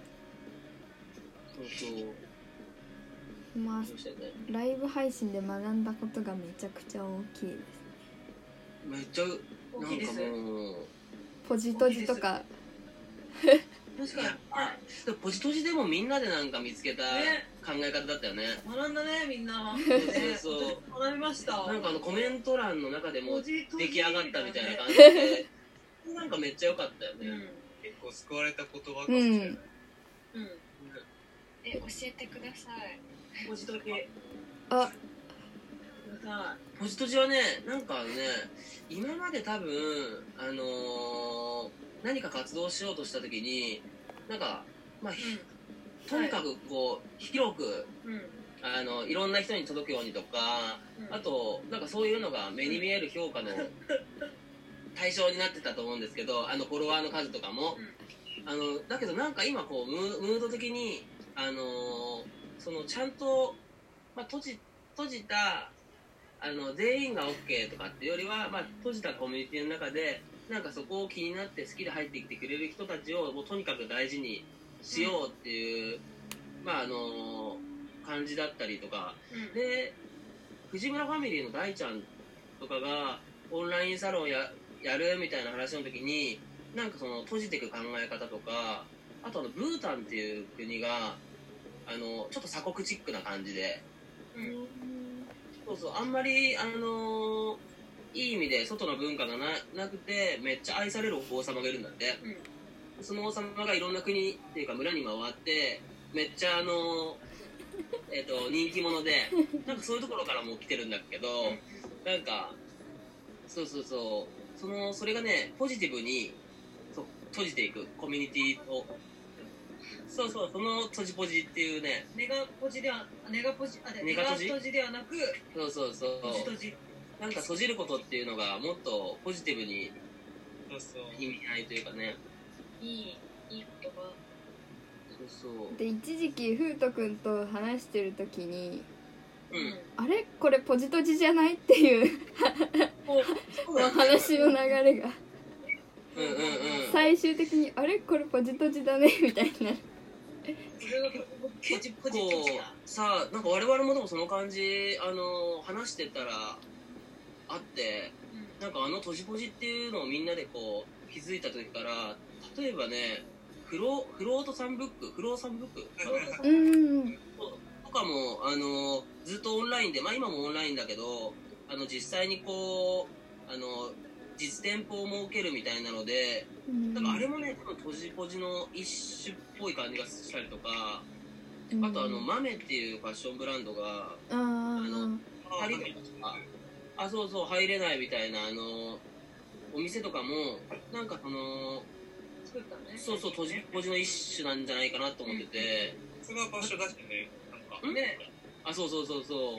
そうそうまあそうしたよねライブ配信で学んだことがめちゃくちゃ大きいです。 めっちゃなんか大きいですもうポジトジとか。 確かにいやでもポジトジでもみんなでなんか見つけたね考え方だったよね。 学んだねみんな。ねそうそう私学びました。 なんかあのコメント欄の中でもポジトジ出来上がったみたいな感じでなんかめっちゃ良かったよね、 うん結構救われた言葉かもしれない。 うん。 うん。 え、教えてください。 ポジトジ。 あ、 くださポジトジはねなんかね今まで多分あのー何か活動しようとした時になんかまあ、ひい。 とにかくこう広くうん。うん。 あのいろんな人に届くようにとかあとなんかそういうのが目に見える評価の対象になってたと思うんですけどあのフォロワーの数とかも、あのだけどなんか今こうムームード的にあのーそのちゃんと、まあ、閉じ閉じたあの全員が OK とかっていうよりは、まあ、閉じたコミュニティの中でなんかそこを気になって好きで入ってきてくれる人たちをもうとにかく大事にしようっていう、まああの感じだったりとかうん。 で藤村ファミリーの大ちゃんとかがオンラインサロンややるみたいな話の時になんかその閉じていく考え方とかあとあのブータンっていう国があのちょっと鎖国チックな感じで、 うんそうそう、あんまりあのいい意味で外の文化がななくてめっちゃ愛される王様がいるんだって、うん、その王様がいろんな国っていうか村に回ってめっちゃあのえっと人気者でなんかそういうところからも来てるんだけど、なんかそうそうそうそのそれがねポジティブにそう閉じていくコミュニティを、そうそう、その閉じポジっていうね、 ネガポジではネガポジあネガポジネガポジではなくそうそうそうポジポジ。 なんか閉じることっていうのがもっとポジティブにそうそう意味合いというかね、 いいいい言葉。 そうそう、 で一時期風斗くんと話してる時にうん、 あれこれポジトジじゃないっていう話の流れがうんうんうん、 最終的にあれこれポジトジだねみたいな。 それがポジポ結構ジポジだ。 さ、なんか我々もでもその感じあの話してたらあって、なんかあの閉じポジっていうのをみんなでこう気づいた時から、例えばねフロフロートさんブックフローさんブックうーんとかもあのずっとオンラインで、まあ今もオンラインだけど、あの実際にこうあの実店舗を設けるみたいなので、だからあれもね多分閉じポジの一種っぽい感じがしたりとか、あとあのマメっていうファッションブランドがあーあのパリとかあそうそう入れないみたいなあのお店とかもなんかその作ったね。 そうそう閉じポジの一種なんじゃないかなと思ってて、 さすが場所だしね、なんかね。 あそうそうそうそう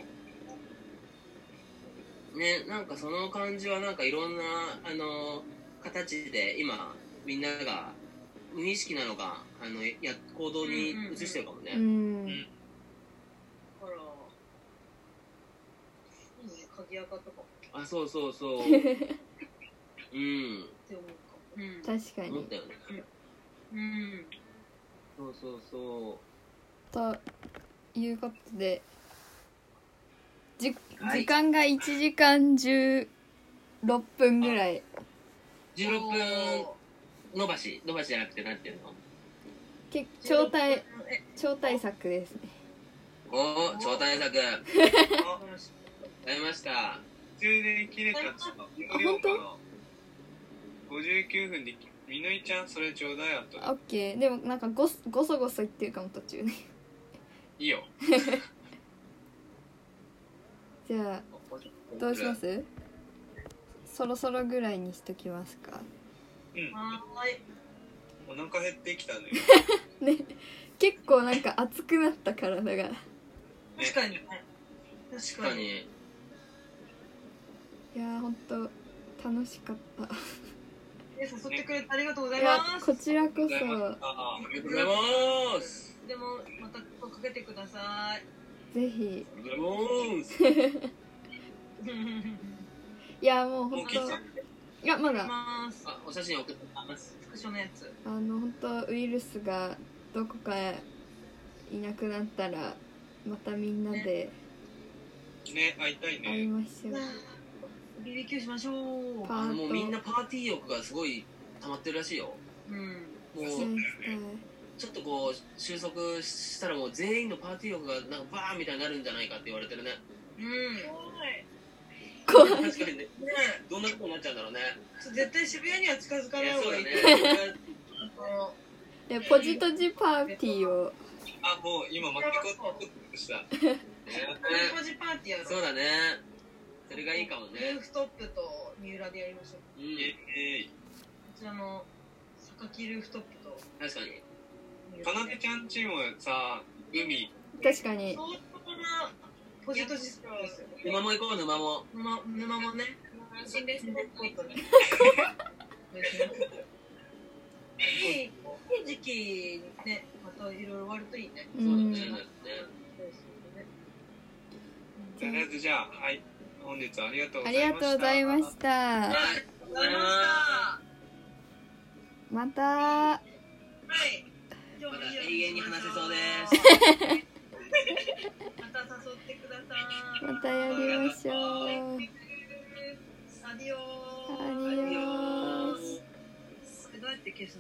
ね、なんかその感じはなんかいろんなあの形で今みんなが無意識なのかあのや行動に移してるかもね、 うんうんほら。いいね、鍵垢とかもあそうそうそううんって思うかも。うん。 確かに思ったよね、 うん。 そうそうそということでじはい時間がいちじかんじゅうろっぷんぐらい、 うじゅうろっぷん伸ばし伸ばしじゃなくてなんていうのけ超大え、 超大作ですね。 おお超大作やありました充電切れた。ちょっとあ本当ごじゅうきゅうふんでみのりちゃんそれちょうだいあとオッケー。でもなんかごごそごそ言ってるかも途中ね。 いいよ。 じゃあどうします？そろそろぐらいにしときますか。 うんはーい。 お腹減ってきたね。 ね、結構なんか熱くなった体が。 確かにね。確かに。 確かにいやーほんと楽しかった。 え、誘ってくれてありがとうございいやます。 こちらこそあありがとうございますでもまた声かけてください。 ぜひ。 ありがとうございますいやもうほんともう聞いちゃういやまだます。 あお写真送ってますスクショのやつ。 あの本当ウイルスがどこかいなくなったらまたみんなでね、会いたいね。 会いましょう。 ビービーキュー しましょう。 パートあのもうみんなパーティー欲がすごい溜まってるらしいよ。 うん。 もうしたいちょっとこう収束したらもう全員のパーティー欲がなんかバーンみたいになるんじゃないかって言われてるね。 うん。 怖い。 確かにね。どんなことになっちゃうんだろうね。 絶対渋谷には近づかいやない方がいい。 そうだね。 でポジトジパーティーをあ、もう今巻き込んでした。 ポジパーティーやろ。 そうだね。それがいいかもルーね。 フトップと三浦でやりましょう。 うん。 えこちらの榊ルーフトップと確かに。 三かなでちゃんちもさ、海、 確かに相当なポジトジスですよ。 沼も行こう沼も。 沼沼もね。 安心ですね。 いいいい時期にね、またいろいろ終わるといいね。 うそうだね。 んねとりあえずじゃあ、はい、本日はありがとうごあざいました。 りがとうございました。 はい。 ありがとうございました。 またはい。 まだ永遠に話せそうです。 また誘ってください。 またやりましょう。 アディオー。 アディオース。 これどうやって消すの？